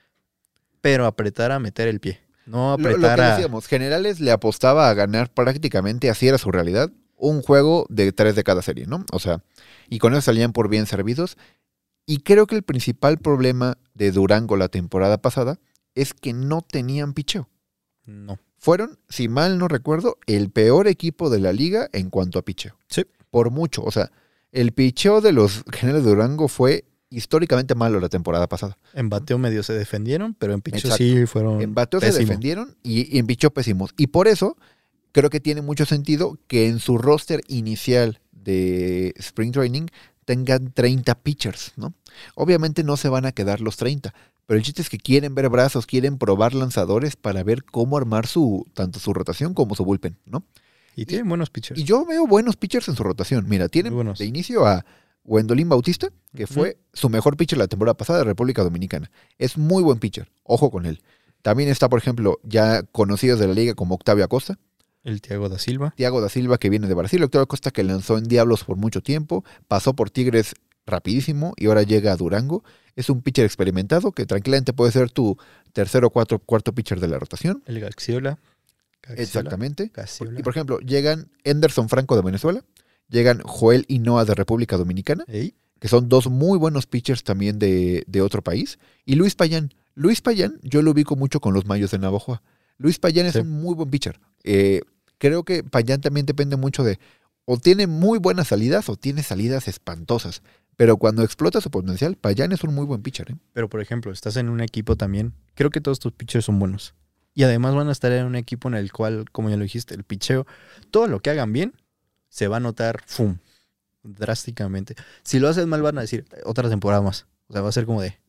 pero apretar a meter el pie. No Lo, lo apretar que a... decíamos, Generales le apostaba a ganar prácticamente, así era su realidad, un juego de tres de cada serie, ¿no? O sea, y con eso salían por bien servidos. Y creo que el principal problema de Durango la temporada pasada es que no tenían picheo. No. Fueron, si mal no recuerdo, el peor equipo de la liga en cuanto a picheo. Sí. Por mucho. O sea, el picheo de los Generales de Durango fue históricamente malo la temporada pasada. En bateo medio se defendieron, pero en picho Exacto. sí fueron En bateo se pésimo. defendieron y, y en picheo pésimos. Y por eso creo que tiene mucho sentido que en su roster inicial de Spring Training tengan treinta pitchers, ¿no? Obviamente no se van a quedar los treinta, pero el chiste es que quieren ver brazos, quieren probar lanzadores para ver cómo armar su tanto su rotación como su bullpen, ¿no? Y tienen buenos pitchers. Y yo veo buenos pitchers en su rotación. Mira, tienen Muy buenos. de inicio a Wendolín Bautista, que fue Ujú. su mejor pitcher la temporada pasada de República Dominicana. Es muy buen pitcher. Ojo con él. También está, por ejemplo, ya conocidos de la liga como Octavio Acosta, El Thiago da Silva. Thiago da Silva, que viene de Brasil, Octavio Acosta, que lanzó en Diablos por mucho tiempo, pasó por Tigres rapidísimo y ahora llega a Durango. Es un pitcher experimentado que tranquilamente puede ser tu tercero o cuatro, cuarto pitcher de la rotación. El Gaxiola. Gaxiola, Exactamente. Gaxiola. Y por ejemplo, llegan Anderson Franco de Venezuela, llegan Joel Hinoa de República Dominicana, Ey, que son dos muy buenos pitchers también de, de otro país, y Luis Payán. Luis Payán yo lo ubico mucho con los Mayos de Navajoa. Luis Payán es Sí. un muy buen pitcher. Eh, creo que Payán también depende mucho de, o tiene muy buenas salidas o tiene salidas espantosas, pero cuando explota su potencial, Payán es un muy buen pitcher. ¿eh? Pero por ejemplo, estás en un equipo también. Creo que todos tus pitchers son buenos. Y además van a estar en un equipo en el cual, como ya lo dijiste, el picheo, todo lo que hagan bien, se va a notar, ¡fum! Drásticamente. Si lo hacen mal, van a decir, otra temporada más. O sea, va a ser como de...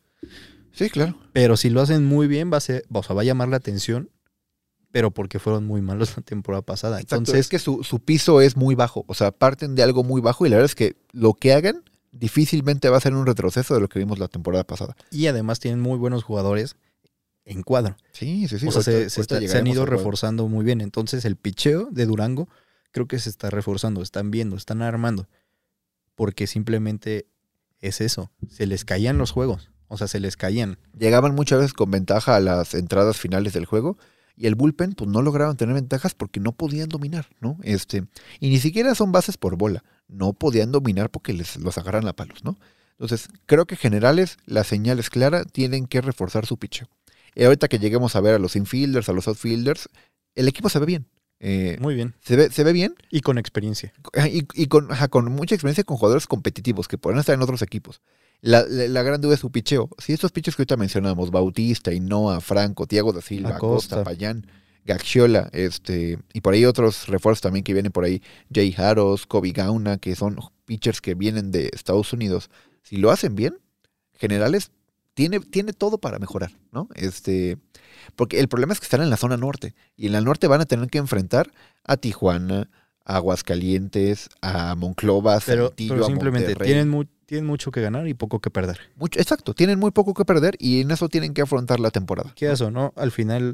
Sí, claro. Pero si lo hacen muy bien, va a ser, o sea, va a llamar la atención, pero porque fueron muy malos la temporada pasada. Exacto, Entonces, es que su, su piso es muy bajo, o sea, parten de algo muy bajo y la verdad es que lo que hagan difícilmente va a ser un retroceso de lo que vimos la temporada pasada. y además tienen muy buenos jugadores en cuadro. Sí, sí, sí. o sea, se, ahorita- se ahorita está- se han llegaremos ido al cuadro. reforzando muy bien. Entonces, el picheo de Durango creo que se está reforzando. Están viendo, están armando. Porque simplemente es eso. Se les caían los juegos. O sea, se les caían. Llegaban muchas veces con ventaja a las entradas finales del juego y el bullpen pues no lograban tener ventajas porque no podían dominar, ¿no? Este, y ni siquiera son bases por bola, no podían dominar porque les los agarran a palos, ¿no? Entonces, creo que generales, la señal es clara, tienen que reforzar su picheo. Y ahorita que lleguemos a ver a los infielders, a los outfielders, el equipo se ve bien. Eh, Muy bien. se ve, se ve bien Y con experiencia. y, y con, ajá, con mucha experiencia con jugadores competitivos que podrán estar en otros equipos. La, la, la gran duda es su picheo. Si estos picheos que ahorita mencionamos, Bautista, Hinoa, Franco, Thiago da Silva, Acosta. Acosta, Payán, Gaxiola, este, y por ahí otros refuerzos también que vienen por ahí, Jay Haros, Kobe Gauna, que son pitchers que vienen de Estados Unidos. Si lo hacen bien, generales, tiene, tiene todo para mejorar, ¿no? Este, porque el problema es que están en la zona norte, y en la norte van a tener que enfrentar a Tijuana, a Aguascalientes, a Monclova, a Pero, Saltillo, pero a simplemente Monterrey. tienen, mu- tienen mucho que ganar y poco que perder. Mucho, exacto, tienen muy poco que perder y en eso tienen que afrontar la temporada. ¿Qué eso, no? Al final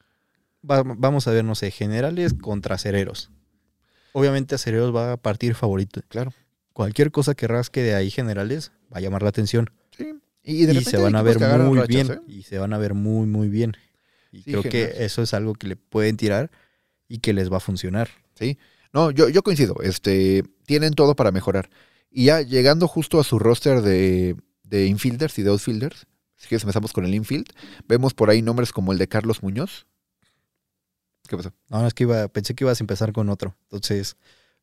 va- vamos a ver, no sé, generales contra acereros. Obviamente acereros va a partir favorito. Claro. Cualquier cosa que rasque de ahí generales va a llamar la atención. Sí. Y, de Y, repente se hay van a equipos ver que agarran muy rachas, bien. ¿eh? Y se van a ver muy, muy bien. Y Sí, creo generales. que eso es algo que le pueden tirar y que les va a funcionar. No, yo, yo coincido. Este, tienen todo para mejorar. Y ya llegando justo a su roster de, de infielders y de outfielders, si quieres empezamos con el infield, vemos por ahí nombres como el de Carlos Muñoz. ¿Qué pasó? No, es que iba, pensé que ibas a empezar con otro. Entonces,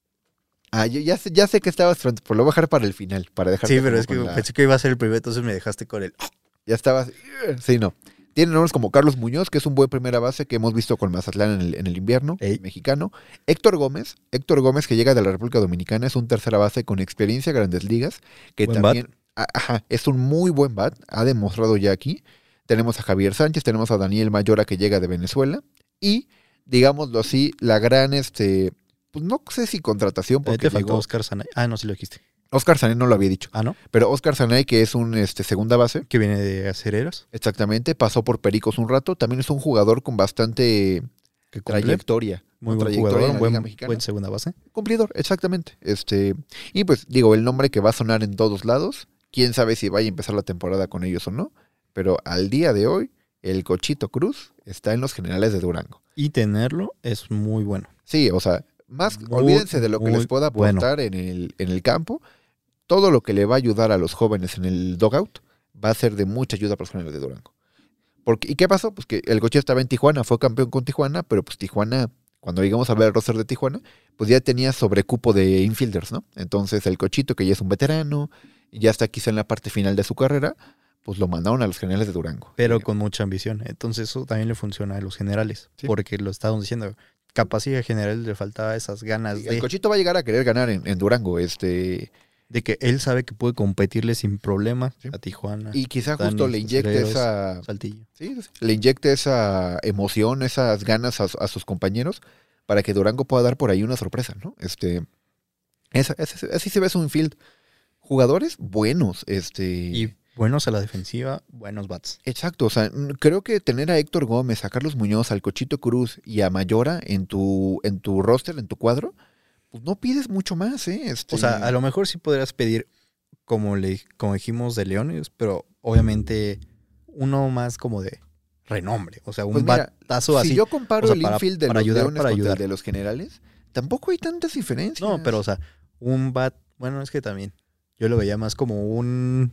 Ah, yo ya sé, ya sé que estabas, pero lo voy a dejar para el final, para dejar. sí, pero es que pensé que iba a ser el primero, entonces me dejaste con el... Ya estabas. Sí, no. Tiene nombres como Carlos Muñoz, que es un buen primera base que hemos visto con Mazatlán en el, en el invierno, Ey. mexicano. Héctor Gómez, Héctor Gómez que llega de la República Dominicana, es un tercera base con experiencia en Grandes Ligas, que Buen también, a- ajá, es un muy buen bat, ha demostrado ya aquí. Tenemos a Javier Sánchez, tenemos a Daniel Mayora que llega de Venezuela y, digámoslo así, la gran, este, pues no sé si contratación, Ahí porque te faltó llegó- Oscar Sanay. Ah, no, sí lo dijiste. Oscar Sané no lo había dicho, Ah, ¿no? pero Oscar Sané, que es un este, segunda base, Que viene de Acereros. exactamente, pasó por Pericos un rato, también es un jugador con bastante Que cumple. trayectoria. Muy ¿no? buen Trayectoria jugador, en la buen, Liga Mexicana. buen segunda base. Cumplidor, exactamente. Este, y pues digo, el nombre que va a sonar en todos lados, quién sabe si vaya a empezar la temporada con ellos o no, pero al día de hoy, el Cochito Cruz está en los Generales de Durango. Y tenerlo es muy bueno. Sí, o sea, más Muy, olvídense de lo que muy les pueda bueno. aportar en, el, en el campo, todo lo que le va a ayudar a los jóvenes en el dugout va a ser de mucha ayuda para los Generales de Durango. Porque, ¿y qué pasó? Pues que el Cochito estaba en Tijuana, fue campeón con Tijuana, pero pues Tijuana, cuando llegamos a ver el roster de Tijuana, pues ya tenía sobrecupo de infielders, ¿no? Entonces el Cochito, que ya es un veterano, y ya está quizá en la parte final de su carrera, pues lo mandaron a los Generales de Durango. Pero Eh, con mucha ambición. Entonces eso también le funciona a los generales. Sí. Porque lo estábamos diciendo. Capaz y a generales le faltaba esas ganas el de, Cochito va a llegar a querer ganar en, en Durango, este, de que él sabe que puede competirle sin problema Sí. a Tijuana, y quizá Dani, justo le inyecte Acereros, esa, Saltillo. sí, sí, le inyecte esa emoción, esas ganas a, a sus compañeros para que Durango pueda dar por ahí una sorpresa, ¿no? Este, esa, esa- así se ve su infield. Jugadores buenos, este. Y buenos a la defensiva, buenos bats. Exacto, o sea, n- creo que tener a Héctor Gómez, a Carlos Muñoz, al Cochito Cruz y a Mayora en tu, en tu roster, en tu cuadro, pues no pides mucho más, ¿eh? Este, O sea, a lo mejor sí podrías pedir, como le como dijimos, de Leones, pero obviamente uno más como de renombre. O sea, un pues mira, batazo si así. yo comparo o sea, el para- infield de para los ayudar, Leones para contra el ayudar. de los Generales, tampoco hay tantas diferencias. No, pero o sea, un bat, bueno, es que también yo lo veía más como un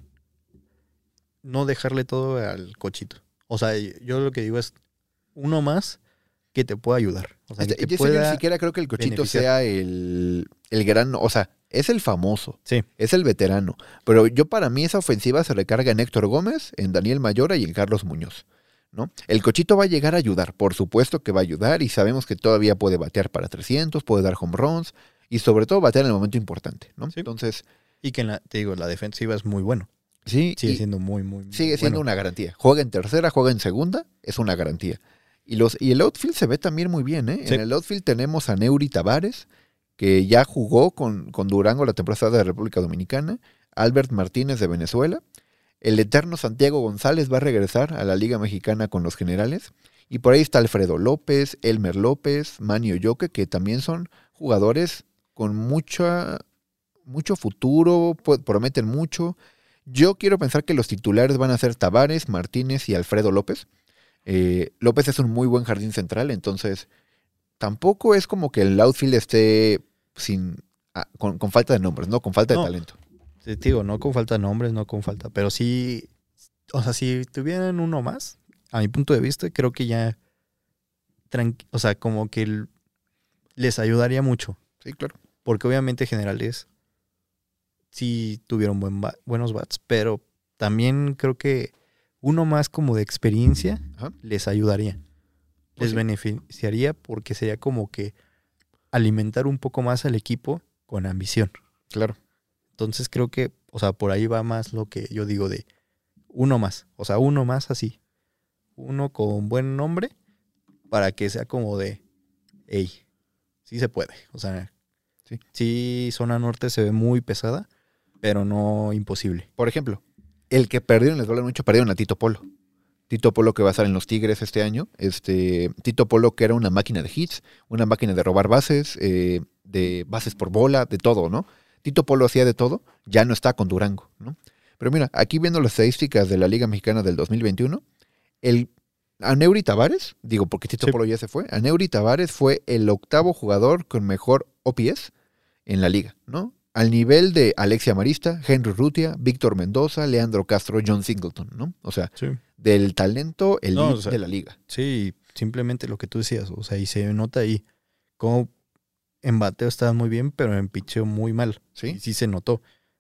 no dejarle todo al Cochito. O sea, yo lo que digo es uno más que te pueda ayudar. O sea, Este, que te yo sé que ni pueda siquiera creo que el Cochito beneficiar. sea el, el gran, o sea, es el famoso, Sí. es el veterano, pero yo para mí esa ofensiva se recarga en Héctor Gómez, en Daniel Mayora y en Carlos Muñoz, ¿no? El Cochito va a llegar a ayudar, por supuesto que va a ayudar y sabemos que todavía puede batear para trescientos, puede dar home runs y sobre todo batear en el momento importante, ¿no? Sí. Entonces, Y que en la, te digo, la defensiva es muy bueno. sí, Sigue y siendo muy, muy, muy sigue siendo bueno. una garantía. Juega en tercera, juega en segunda, es una garantía. Y, los, y el outfield se ve también muy bien, ¿eh? Sí. En el outfield tenemos a Neuri Tavares, que ya jugó con, con Durango la temporada de República Dominicana, Albert Martínez de Venezuela, el eterno Santiago González va a regresar a la Liga Mexicana con los Generales, y por ahí está Alfredo López, Elmer López, Manny Oyoque, que también son jugadores con mucha, mucho futuro, pu- prometen mucho. Yo quiero pensar que los titulares van a ser Tavares, Martínez y Alfredo López. Eh, López es un muy buen jardín central, entonces tampoco es como que el outfield esté sin ah, con, con falta de nombres, ¿no? Con falta de No. talento. Sí, te digo, no con falta de nombres, no con falta. Pero sí, o sea, si tuvieran uno más, a mi punto de vista, creo que ya, tranqui- o sea, como que el- les ayudaría mucho. Sí, claro. Porque obviamente generales sí tuvieron buen ba- buenos bats, pero también creo que uno más como de experiencia Ajá. les ayudaría. Pues Les sí. beneficiaría porque sería como que alimentar un poco más al equipo con ambición. Claro. Entonces creo que, o sea, por ahí va más lo que yo digo de uno más. O sea, uno más así. Uno con buen nombre para que sea como de, hey, sí se puede. O sea, Sí. sí, Zona Norte se ve muy pesada, pero no imposible. Por ejemplo, el que perdieron, les duele mucho, perdieron a Tito Polo. Tito Polo que va a estar en los Tigres este año. Este, Tito Polo que era una máquina de hits, una máquina de robar bases, eh, de bases por bola, de todo, ¿no? Tito Polo hacía de todo, ya no está con Durango, ¿no? Pero mira, aquí viendo las estadísticas de la Liga Mexicana del dos mil veintiuno, el, Aneuri Tavares, digo porque Tito Sí. Polo ya se fue, Aneuri Tavares fue el octavo jugador con mejor O P S en la liga, ¿no? Al nivel de Alexia Marista, Henry Rutia, Víctor Mendoza, Leandro Castro, John Singleton, ¿no? O sea, Sí. del talento elite No, o sea, de la liga. Sí, simplemente lo que tú decías, o sea, y se nota ahí cómo en bateo estaba muy bien, pero en picheo muy mal. Sí. Y sí se notó.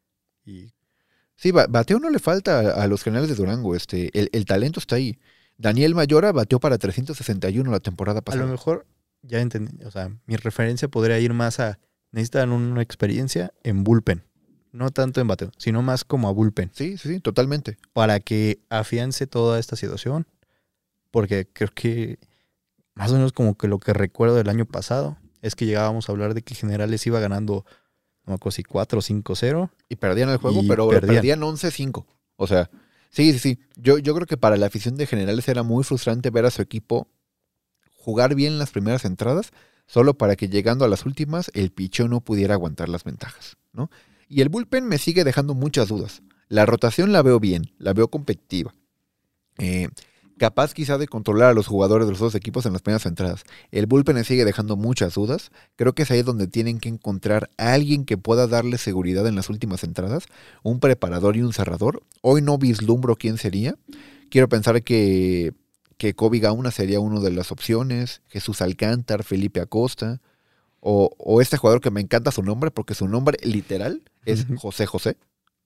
Y Sí, ba- bateo no le falta a, a los generales de Durango, este, el, el talento está ahí. Daniel Mayora bateó para trescientos sesenta y uno la temporada a pasada. lo mejor, ya entendí, o sea, mi referencia podría ir más a, necesitan una experiencia en bullpen. No tanto en bateo, sino más como a bullpen. Sí, sí, sí, totalmente. Para que afiance toda esta situación. Porque creo que más o menos como que lo que recuerdo del año pasado es que llegábamos a hablar de que Generales iba ganando, no me acuerdo si cuatro o cinco cero. Y perdían el juego, Y pero perdían. perdían, once cinco. O sea, sí, sí, sí. Yo, yo creo que para la afición de Generales era muy frustrante ver a su equipo jugar bien las primeras entradas, solo para que llegando a las últimas el picheo no pudiera aguantar las ventajas, ¿no? Y el bullpen me sigue dejando muchas dudas. La rotación la veo bien, la veo competitiva. Eh, capaz quizá de controlar a los jugadores de los dos equipos en las primeras entradas. El bullpen me sigue dejando muchas dudas. Creo que es ahí donde tienen que encontrar a alguien que pueda darle seguridad en las últimas entradas. Un preparador y un cerrador. Hoy no vislumbro quién sería. Quiero pensar que, que Kobe Gauna sería una de las opciones. Jesús Alcántar, Felipe Acosta. O, o este jugador que me encanta su nombre, porque su nombre literal es José José.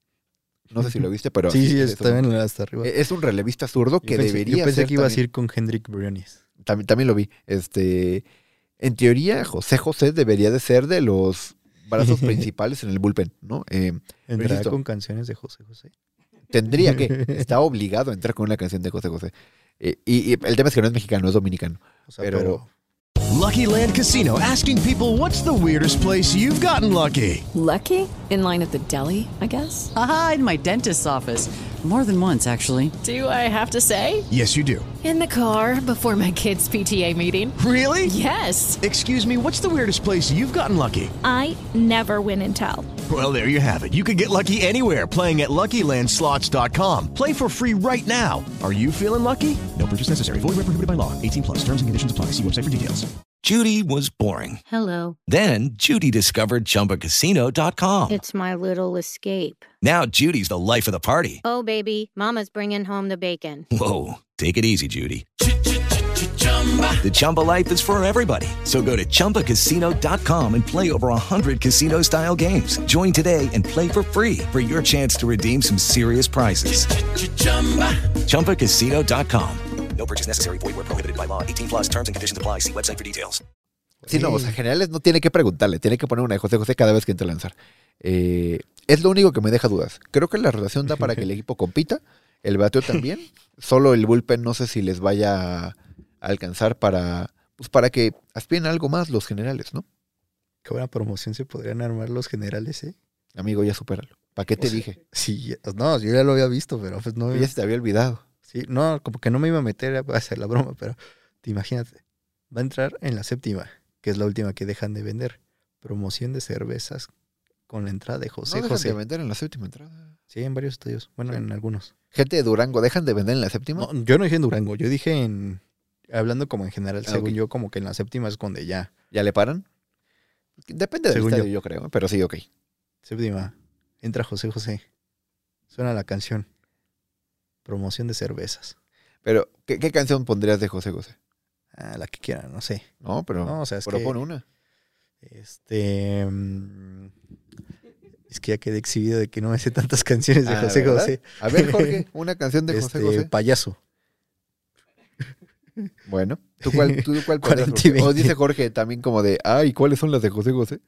No sé si lo viste, pero... Sí, así sí, es está su bien nombre. hasta arriba. Es un relevista zurdo que yo pensé, debería yo pensé ser que ibas a también- ir con Hendrik Briones. También, también lo vi. Este, en teoría, José José debería de ser de los brazos principales en el bullpen, ¿no? Eh, Entrará insisto, con canciones de José José. tendría que, está obligado a entrar con una canción de José José. Eh, y, y el tema es que no es mexicano, es dominicano. O sea, Pero- pero Lucky Land Casino, asking people, what's the weirdest place you've gotten lucky? Lucky? In line at the deli, I guess? Aha, in my dentist's office. More than once, actually. Do I have to say? Yes, you do. In the car before my kids' P T A meeting. Really? Yes. Excuse me, what's the weirdest place you've gotten lucky? I never win and tell. Well, there you have it. You can get lucky anywhere, playing at Lucky Land Slots dot com. Play for free right now. Are you feeling lucky? No purchase necessary. Void where prohibited by law. eighteen plus. Terms and conditions apply. See website for details. Judy was boring. Hello. Then Judy discovered Chumba Casino dot com. It's my little escape. Now Judy's the life of the party. Oh, baby, mama's bringing home the bacon. Whoa, take it easy, Judy. The Chumba life is for everybody. So go to Chumba Casino dot com and play over one hundred casino-style games. Join today and play for free for your chance to redeem some serious prizes. Chumba Casino dot com. No purchase necessary. Void where prohibited by law. eighteen plus terms and conditions apply. See website for details. Sí, no, o sea, Generales no tiene que preguntarle, tiene que poner una de José José cada vez que entre a lanzar. Eh, es lo único que me deja dudas. Creo que la relación da para que el equipo compita, el bateo también. Solo el bullpen no sé si les vaya a alcanzar para, pues para que aspiren a algo más los Generales, ¿no? qué buena promoción se podrían armar los Generales, ¿eh? Amigo, ya supéralo. ¿Para qué te O sea, dije? Sí, no, yo ya lo había visto, pero pues no. Ya se te había olvidado. Sí, no, como que no me iba a meter a hacer la broma, pero te imagínate. Va a entrar en la séptima, que es la última que dejan de vender. Promoción de cervezas con la entrada de José No dejan José. de vender en la séptima entrada. Sí, en varios estudios. Bueno, en algunos. Gente de Durango, ¿dejan de vender en la séptima? No, yo no dije en Durango, yo dije en... Hablando como en general, Ah, según ok. yo, como que en la séptima es donde ya... ¿Ya le paran? Depende del Según estadio, yo. yo. creo, ¿eh? Pero sí, ok. Séptima. Entra José José. Suena la canción. Promoción de cervezas. Pero, ¿qué, qué canción pondrías de José José? Ah, la que quieran, no sé. No, pero No, o sea, es propone que- una. Este... mm, Es que ya quedé exhibido de que no me sé tantas canciones de Ah, José ¿verdad? José. A ver, Jorge, una canción de José Este, José. Payaso. Bueno, ¿tú cuál, tú cuál podrías cuarenta y proponer? O veinte. dice Jorge también como de, ay, ¿cuáles son las de José José?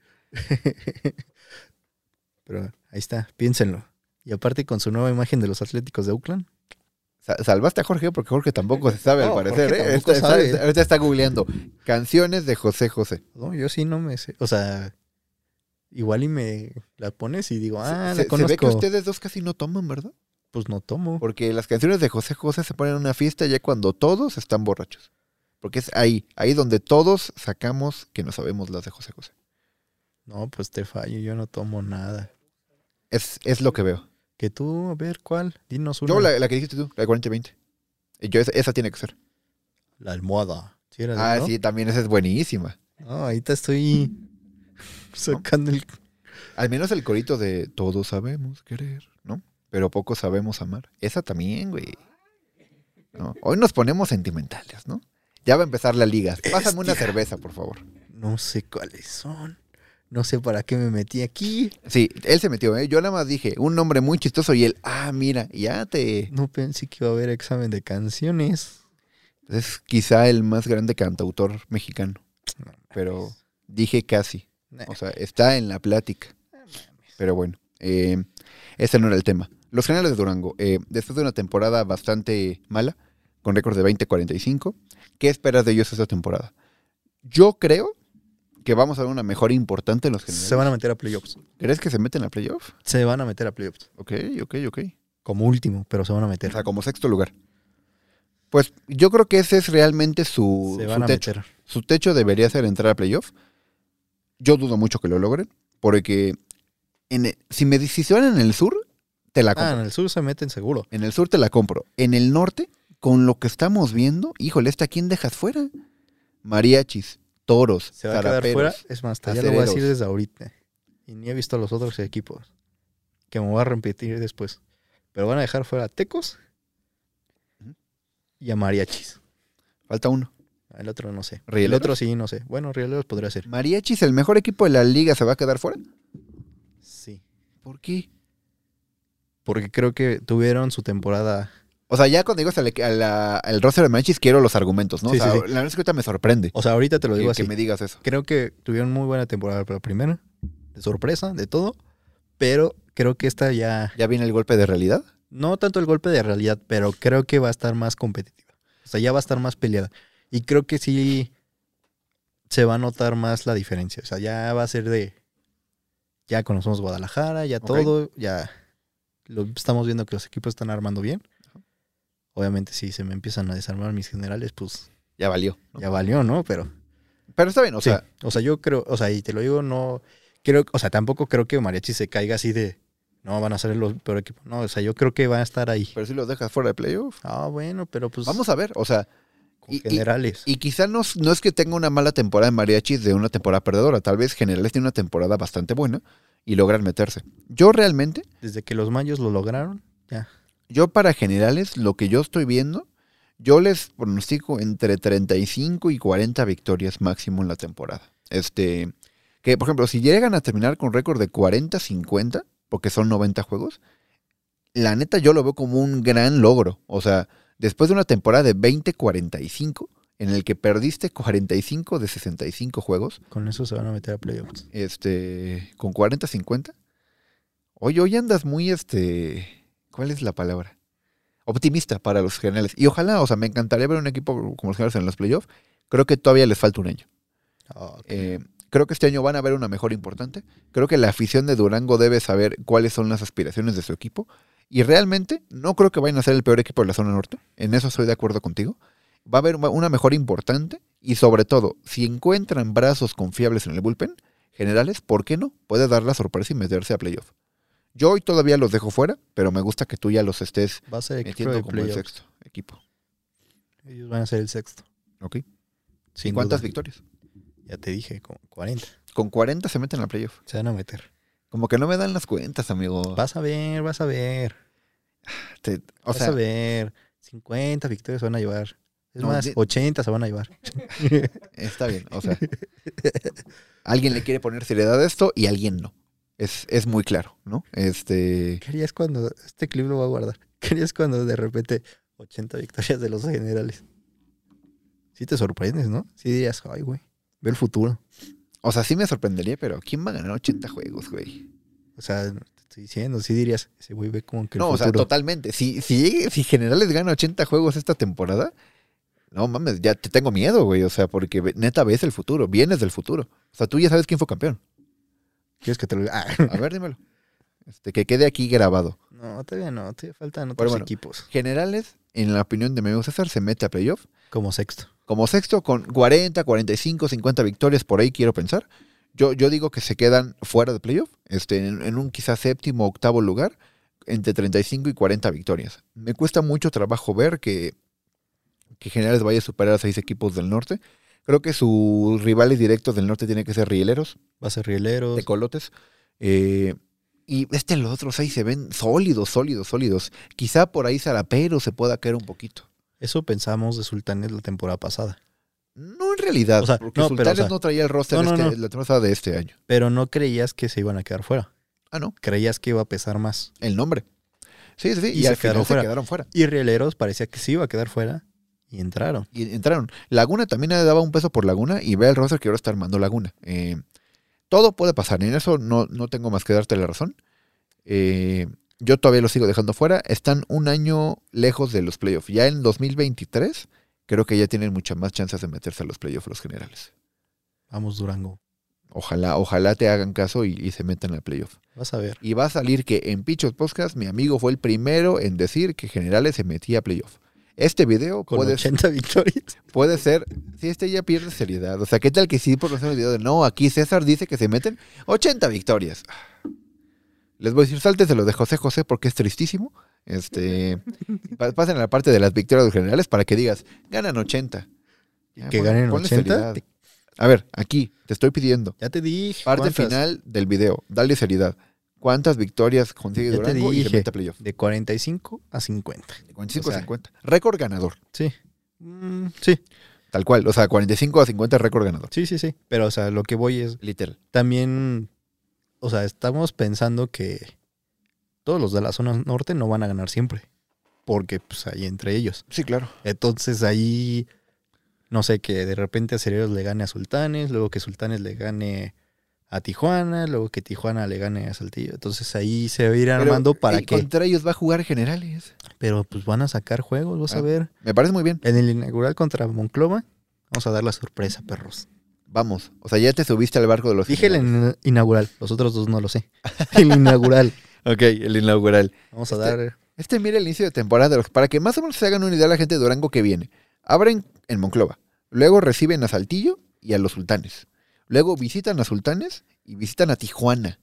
Pero ahí está, piénsenlo. Y aparte con su nueva imagen de los Atléticos de Oakland. Sa- Salvaste a Jorge porque Jorge tampoco se sabe, al No, parecer. Jorge ¿eh? tampoco Está- sabe. está- Ahorita está googleando canciones de José José. No, yo sí no me sé. O sea, igual y me la pones y digo, ah, se, la se conozco. ve que ustedes dos casi no toman, ¿verdad? Pues no tomo. Porque las canciones de José José se ponen en una fiesta ya cuando todos están borrachos. Porque es ahí, ahí donde todos sacamos que no sabemos las de José José. No, pues te fallo, yo no tomo nada. Es, es lo que veo. Que tú, a ver, ¿cuál? Dinos una. Yo, la, la que dijiste tú, la de cuarenta y veinte. Yo, esa, esa tiene que ser. La almohada. ¿Sí era de Ah, él, no? sí, también esa es buenísima. No, ahorita estoy sacando el... Al menos el corito de todos sabemos querer, ¿no? Pero pocos sabemos amar. Esa también, güey. ¿No? Hoy nos ponemos sentimentales, ¿no? Ya va a empezar la liga. Pásame una Bestia. cerveza, por favor. No sé cuáles son. No sé para qué me metí aquí. Sí, él se metió, ¿eh? Yo nada más dije, un nombre muy chistoso y él, ah, mira, ya te... No pensé que iba a haber examen de canciones. Es quizá el más grande cantautor mexicano. Pero dije casi. O sea, está en la plática. Pero bueno, eh, ese no era el tema. Los Generales de Durango, eh, después de una temporada bastante mala, con récord de veinte cuarenta y cinco, ¿qué esperas de ellos esta temporada? Yo creo que vamos a ver una mejora importante en los Generales. Se van a meter a playoffs. ¿Crees que se meten a playoffs? Se van a meter a playoffs. Ok, ok, ok. Como último, pero se van a O meter. sea, como sexto lugar. Pues yo creo que ese es realmente su, Se su van a techo. meter. Su techo debería ser entrar a playoff. Yo dudo mucho que lo logren, porque en el- si me si se van en el sur, te la Ah, compro. en el sur se meten seguro. En el sur te la compro. En el norte, con lo que estamos viendo, híjole, ¿esta quién dejas fuera? Mariachis, toros, Se va a quedar zaraperos, fuera. Es más, hasta ya lo voy a decir acereros. desde ahorita. Y ni he visto a los otros equipos. Que me voy a repetir después. Pero van a dejar fuera a Tecos y a Mariachis. Falta uno. El otro no sé. El ¿Rieleros? otro sí, no sé. Bueno, Rieleros podría ser. Mariachis, el mejor equipo de la liga, ¿se va a quedar fuera? Sí. ¿Por qué? Porque creo que tuvieron su temporada. O sea, ya cuando digo al, a la- al roster de Mariachis, quiero los argumentos, ¿no? Sí, o sea, sí, sí. la verdad es que ahorita me sorprende O sea, ahorita te lo que, digo que así. me digas eso. Creo que tuvieron muy buena temporada para la primera. De sorpresa, de todo. Pero creo que esta ya. ¿Ya viene el golpe de realidad? No tanto el golpe de realidad, pero creo que va a estar más competitiva. O sea, ya va a estar más peleada. Y creo que sí se va a notar más la diferencia. O sea, ya va a ser de... Ya conocemos Guadalajara, ya Ok. todo, ya lo estamos viendo que los equipos están armando bien. Obviamente si se me empiezan a desarmar mis generales, pues Ya valió. ¿no? ya valió, ¿no? Pero... Pero está bien, o sí, sea, o sea, yo creo, o sea, y te lo digo, no... Creo, o sea, tampoco creo que Mariachi se caiga así de... No, van a ser los peor equipo. No, o sea, yo creo que van a estar ahí. pero si los dejas fuera de playoff. Ah, bueno, pero pues... Vamos a ver, o sea, con y- y- generales. Y quizá no, no es que tenga una mala temporada en Mariachis de una temporada perdedora. Tal vez Generales tiene una temporada bastante buena y logran meterse. Yo realmente, Desde que los mayos lo lograron, ya. yo para Generales, lo que yo estoy viendo, yo les pronostico entre treinta y cinco y cuarenta victorias máximo en la temporada. Este, que por ejemplo, si llegan a terminar con récord de cuarenta cincuenta, porque son noventa juegos, la neta yo lo veo como un gran logro. O sea, después de una temporada de veinte cuarenta y cinco, en el que perdiste cuarenta y cinco de sesenta y cinco juegos, Con eso se van a meter a playoffs. este, con cuarenta cincuenta. Oye, hoy andas muy, este, ¿cuál es la palabra? Optimista para los Generales. Y ojalá, o sea, me encantaría ver un equipo como los Generales en los playoffs. Creo que todavía les falta un año. Ah, ok. Eh, creo que este año van a ver una mejora importante. Creo que la afición de Durango debe saber cuáles son las aspiraciones de su equipo. Y realmente no creo que vayan a ser el peor equipo de la zona norte. En eso estoy de acuerdo contigo. Va a haber una mejora importante. Y sobre todo, si encuentran brazos confiables en el bullpen, Generales, ¿por qué no? Puede dar la sorpresa y meterse a playoff. Yo hoy todavía los dejo fuera, pero me gusta que tú ya los estés Va a ser equipo metiendo de como el playoffs. sexto equipo. Ellos van a ser el sexto. ¿Ok? ¿Y Sin cuántas duda. victorias? Ya te dije, como cuarenta. Con cuarenta se meten al playoff. Se van a meter. Como que no me dan las cuentas, amigo. Vas a ver, vas a ver. Te- o vas sea, a ver. cincuenta victorias se van a llevar. Es No, más, di- ochenta se van a llevar. está bien, o sea, alguien le quiere poner seriedad a esto y alguien no. Es, es muy claro, ¿no? Este, ¿Qué harías cuando, este clip lo voy a guardar, qué harías cuando de repente ochenta victorias de los Generales? Sí te sorprendes, ¿no? Sí dirías, ay, güey, ve el futuro. o sea, sí me sorprendería, pero ¿quién va a ganar ochenta juegos, güey? O sea, te estoy diciendo, sí dirías, ese güey ve como que el No, o sea, futuro. totalmente. Si, si, llegue- si Generales gana ochenta juegos esta temporada, no mames, ya te tengo miedo, güey. O sea, porque ve- neta ves el futuro, vienes del futuro. O sea, tú ya sabes quién fue campeón. ¿Quieres que te lo diga? A ver, dímelo. Este, que quede aquí grabado. No, todavía no, todavía faltan Pero otros bueno, equipos. Generales, en la opinión de mi amigo César, se mete a playoff. Como sexto. Como sexto, con cuarenta, cuarenta y cinco, cincuenta victorias, por ahí quiero pensar. Yo, yo digo que se quedan fuera de playoff, este, en, en un quizás séptimo o octavo lugar, entre treinta y cinco y cuarenta victorias. Me cuesta mucho trabajo ver que que Generales vaya a superar a seis equipos del norte. Creo que sus rivales directos del norte tienen que ser Rieleros. Va a ser Rieleros. Tecolotes. Eh, y este los otros ahí se ven sólidos, sólidos, sólidos. Quizá por ahí Zarapero se pueda caer un poquito. Eso pensamos de Sultanes la temporada pasada. No en realidad, O sea, porque no, Sultanes pero, o sea, no traía el roster no, no, este- no. la temporada de este año. Pero no creías que se iban a quedar fuera. Ah, no. Creías que iba a pesar más. El nombre. Sí, sí, sí. Y, se al final quedaron se fuera. quedaron fuera. Y Rieleros parecía que se iba a quedar fuera y entraron. Y entraron. Laguna también le daba un peso por Laguna y ve el roster que ahora está armando Laguna. Eh, todo puede pasar. En eso no, no tengo más que darte la razón. Eh, yo todavía lo sigo dejando fuera. Están un año lejos de los playoffs. Ya en dos mil veintitrés creo que ya tienen muchas más chances de meterse a los playoffs los Generales. Vamos, Durango. Ojalá, ojalá te hagan caso y, y se metan al playoff. Vas a ver. Y va a salir que en Pichos Podcast mi amigo fue el primero en decir que Generales se metía a playoff. Este video Con puede, ochenta victorias. puede ser, si este ya pierde seriedad. O sea, ¿qué tal que sí por hacer el video de no, aquí César dice que se meten ochenta victorias? Les voy a decir, sáltenselo de José José porque es tristísimo. Este, pa- pasen a la parte de las victorias de los Generales para que digas, ganan ochenta. Ya, Que pon- ganen ponle ochenta. seriedad. A ver, aquí, te estoy pidiendo. Ya te dije. Parte ¿cuántas? final del video, dale seriedad. ¿Cuántas victorias consigue Ya te Durango y se dije. mete a playoff? De cuarenta y cinco a cincuenta. De cuarenta y cinco O sea, a cincuenta. Récord ganador. Sí. Mm, sí. Tal cual. O sea, cuarenta y cinco a cincuenta récord ganador. Sí, sí, sí. Pero, o sea, lo que voy es. Literal. También. O sea, estamos pensando que todos los de la zona norte no van a ganar siempre. Porque, pues, hay entre ellos. Sí, claro. Entonces ahí. No sé, que de repente a Cereros le gane a Sultanes, luego que Sultanes le gane a Tijuana, luego que Tijuana le gane a Saltillo. Entonces ahí se va a ir armando Pero, para eh, que... contra ellos va a jugar Generales. Pero pues van a sacar juegos, vas Ah, a ver. Me parece muy bien. En el inaugural contra Monclova, vamos a dar la sorpresa, perros. Vamos. O sea, ya te subiste al barco de los Dije el Generales. in- inaugural, los otros dos no lo sé. El inaugural. Ok, el inaugural. Vamos a Este- dar... Este mira el inicio de temporada de los- para que más o menos se hagan una idea la gente de Durango que viene. Abren en Monclova. Luego reciben a Saltillo y a los Sultanes. Luego visitan a Sultanes y visitan a Tijuana.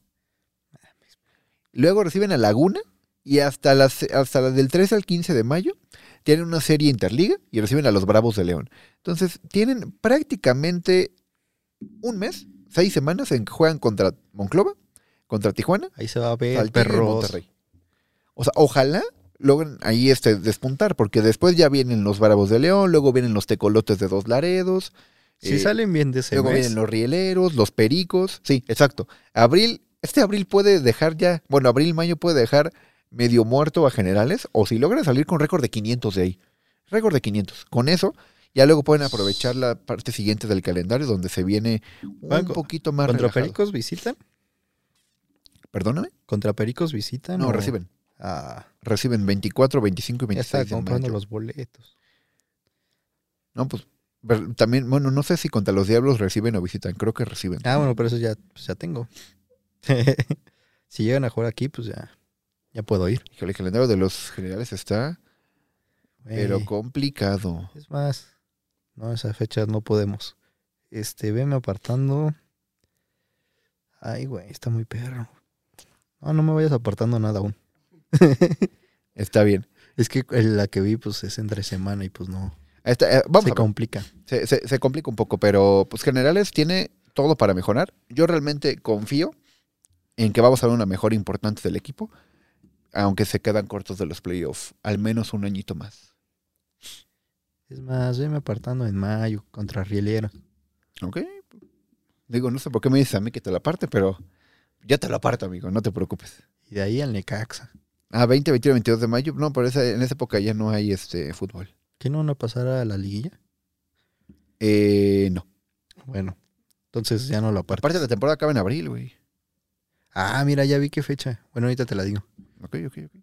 Luego reciben a Laguna y hasta las, hasta las del trece al quince de mayo tienen una serie interliga y reciben a los Bravos de León. Entonces tienen prácticamente un mes, seis semanas en que juegan contra Monclova, contra Tijuana, Ahí se va a ver, Saltillo y perros. Monterrey. O sea, ojalá logren ahí este despuntar, porque después ya vienen los Bravos de León, luego vienen los Tecolotes de Dos Laredos. Si eh, salen bien de ese luego mes, vienen los Rieleros, los Pericos. Sí, exacto. Abril, este abril puede dejar ya, bueno, abril, mayo puede dejar medio muerto a Generales, o si logran salir con récord de quinientos de ahí. Récord de quinientos. Con eso, ya luego pueden aprovechar la parte siguiente del calendario, donde se viene un Van co- poquito más ¿contra relajado. Pericos visitan? Perdóname. ¿Contra Pericos visitan? No, o- reciben. Ah, Reciben veinticuatro, veinticinco y ya está veintiséis de comprando mayo. los boletos. No, pues ver- también, bueno, no sé si contra los Diablos reciben o visitan. Creo que reciben. Ah, bueno, pero eso ya, pues ya tengo. Si llegan a jugar aquí, pues ya, ya puedo ir. Híjole, el calendario de los Generales está, pero Ey, complicado. es más, no, esa fecha no podemos. Este, veme apartando. Ay, güey, está muy perro. No, no me vayas apartando nada aún. Está bien. Es que la que vi, pues es entre semana y pues no. Ahí está, eh, vamos se a ver. complica. Se, se- se complica un poco, pero pues Generales tiene todo para mejorar. Yo realmente confío en que vamos a ver una mejora importante del equipo, aunque se quedan cortos de los playoffs, al menos un añito más. Es más, veme apartando en mayo contra Rielero. ¿Ok? Digo, no sé por qué me dices a mí que te la parte, pero ya te la parto, amigo, no te preocupes. Y de ahí al Necaxa. Ah, veinte, veintiuno, veintidós de mayo. No, pero esa, en esa época ya no hay este fútbol. ¿Qué no van a pasar a la liguilla? Eh, no. Bueno, entonces ya no lo aparto. Aparte la temporada acaba en abril, güey. Ah, mira, ya vi qué fecha. Bueno, ahorita te la digo. Ok, ok, ok.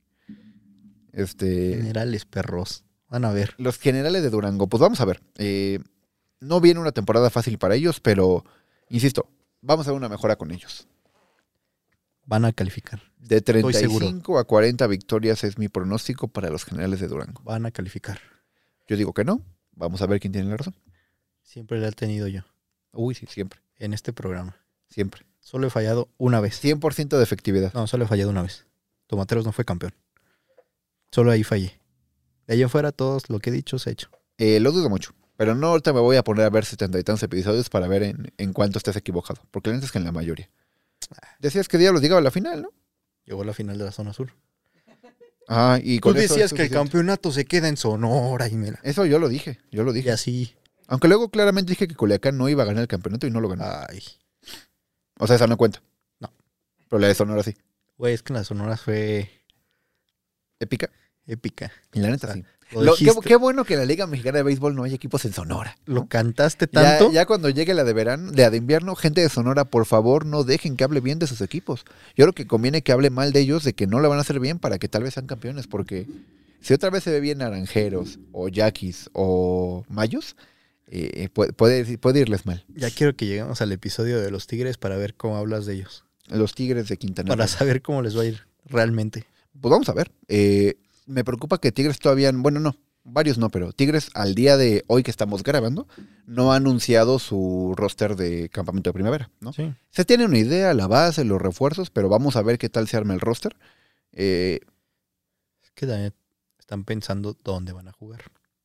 Este. Generales, perros. Van a ver. Los Generales de Durango, pues vamos a ver. Eh, no viene una temporada fácil para ellos, pero, insisto, vamos a ver una mejora con ellos. Van a calificar. De treinta y seguro. cinco a cuarenta victorias es mi pronóstico para los Generales de Durango. Van a calificar. Yo digo que no. Vamos a ver quién tiene la razón. Siempre la he tenido yo. Uy, sí, siempre. En este programa. Siempre. Solo he fallado una vez. cien por ciento de efectividad. No, solo he fallado una vez. Tomateros no fue campeón. Solo ahí fallé. De ahí en fuera, todos lo que he dicho se ha hecho. Eh, lo dudo mucho. Pero no ahorita me voy a poner a ver setenta y tantos episodios para ver en, en cuánto estés equivocado. Porque la neta es que en la mayoría. Decías que Diablos llegaba a la final, ¿no? Llegó a la final de la zona sur. Ah, y con Tú eso decías es que el suficiente. campeonato se queda en Sonora y mira. Eso yo lo dije, yo lo Y dije. así. Aunque luego claramente dije que Culiacán no iba a ganar el campeonato y no lo ganó. Ay. O sea, esa no cuenta. No. Pero la de Sonora sí. Güey, es que la Sonora fue Épica. épica. Y la neta O sea, sí. Lo Lo- qué, dijiste, qué bueno que en la Liga Mexicana de Béisbol no hay equipos en Sonora. lo cantaste Ya, tanto. ya cuando llegue la de verano, la de invierno, gente de Sonora, por favor, no dejen que hable bien de sus equipos. Yo creo que conviene que hable mal de ellos, de que no la van a hacer bien para que tal vez sean campeones, porque si otra vez se ve bien Naranjeros, o Yaquis, o Mayos, eh, puede, puede, puede irles mal. Ya quiero que lleguemos al episodio de los Tigres para ver cómo hablas de ellos. Los Tigres de Quintana Para Roo. saber cómo les va a ir realmente. Pues vamos a ver. Eh, me preocupa que Tigres todavía, bueno, no, varios no, pero Tigres al día de hoy que estamos grabando, no ha anunciado su roster de campamento de primavera, ¿no? Sí. Se tiene una idea, la base, los refuerzos, pero vamos a ver qué tal se arma el roster. Eh, Es que también están pensando dónde van a jugar.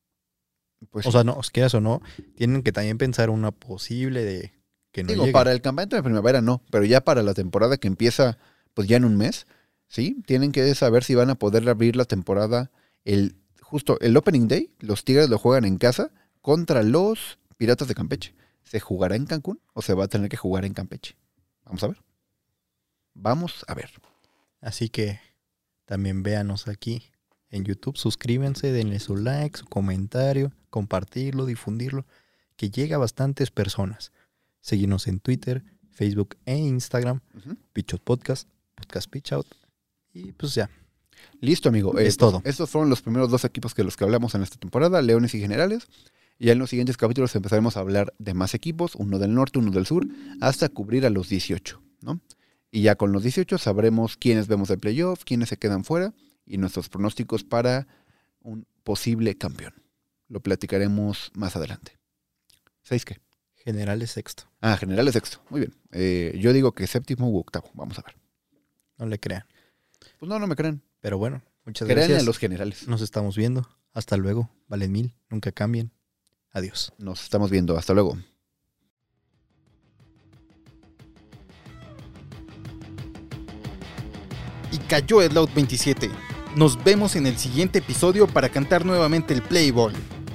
pues O sea, no, os quieras o no, tienen que también pensar una posible de que no digo, llegue. para el campamento de primavera no, pero ya para la temporada que empieza, pues ya en un mes, ¿sí? Tienen que saber si van a poder abrir la temporada el justo el Opening Day, los Tigres lo juegan en casa contra los Piratas de Campeche. ¿Se jugará en Cancún o se va a tener que jugar en Campeche? Vamos a ver. Vamos a ver. Así que también véanos aquí en YouTube, suscríbanse, denle su like, su comentario, compartirlo, difundirlo, que llega a bastantes personas. Seguirnos en Twitter, Facebook e Instagram, Ujú. Pitch Out Podcast, Podcast Pitch Out. Y pues ya. Listo, amigo. Es pues, todo. Estos fueron los primeros dos equipos que los que hablamos en esta temporada, Leones y Generales. Y ya en los siguientes capítulos empezaremos a hablar de más equipos, uno del norte, uno del sur, hasta cubrir a los dieciocho, ¿no? Y ya con los dieciocho sabremos quiénes vemos de playoff, quiénes se quedan fuera y nuestros pronósticos para un posible campeón. Lo platicaremos más adelante. ¿Seis qué? Generales sexto. Ah, Generales sexto. Muy bien. Eh, yo digo que séptimo u octavo. Vamos a ver. No le crean. Pues no, no me crean. Pero bueno, muchas Crean gracias. a los generales. Nos estamos viendo. Hasta luego. Valen mil. Nunca cambien. Adiós. Nos estamos viendo. Hasta luego. Y cayó el Out veintisiete. Nos vemos en el siguiente episodio para cantar nuevamente el Play Ball.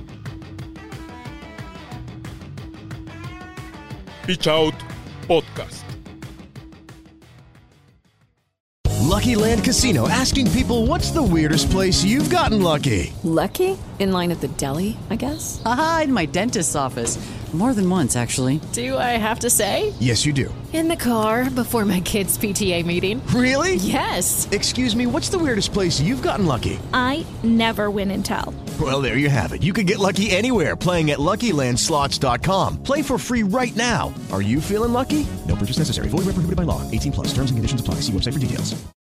Pitch Out Podcast. Lucky Land Casino, asking people, what's the weirdest place you've gotten lucky? Lucky? In line at the deli, I guess? Aha, in my dentist's office. More than once, actually. Do I have to say? Yes, you do. In the car before my kids' P T A meeting. Really? Yes. Excuse me, what's the weirdest place you've gotten lucky? I never win and tell. Well, there you have it. You can get lucky anywhere, playing at Lucky Land Slots dot com. Play for free right now. Are you feeling lucky? No purchase necessary. Void where prohibited by law. eighteen plus. Terms and conditions apply. See website for details.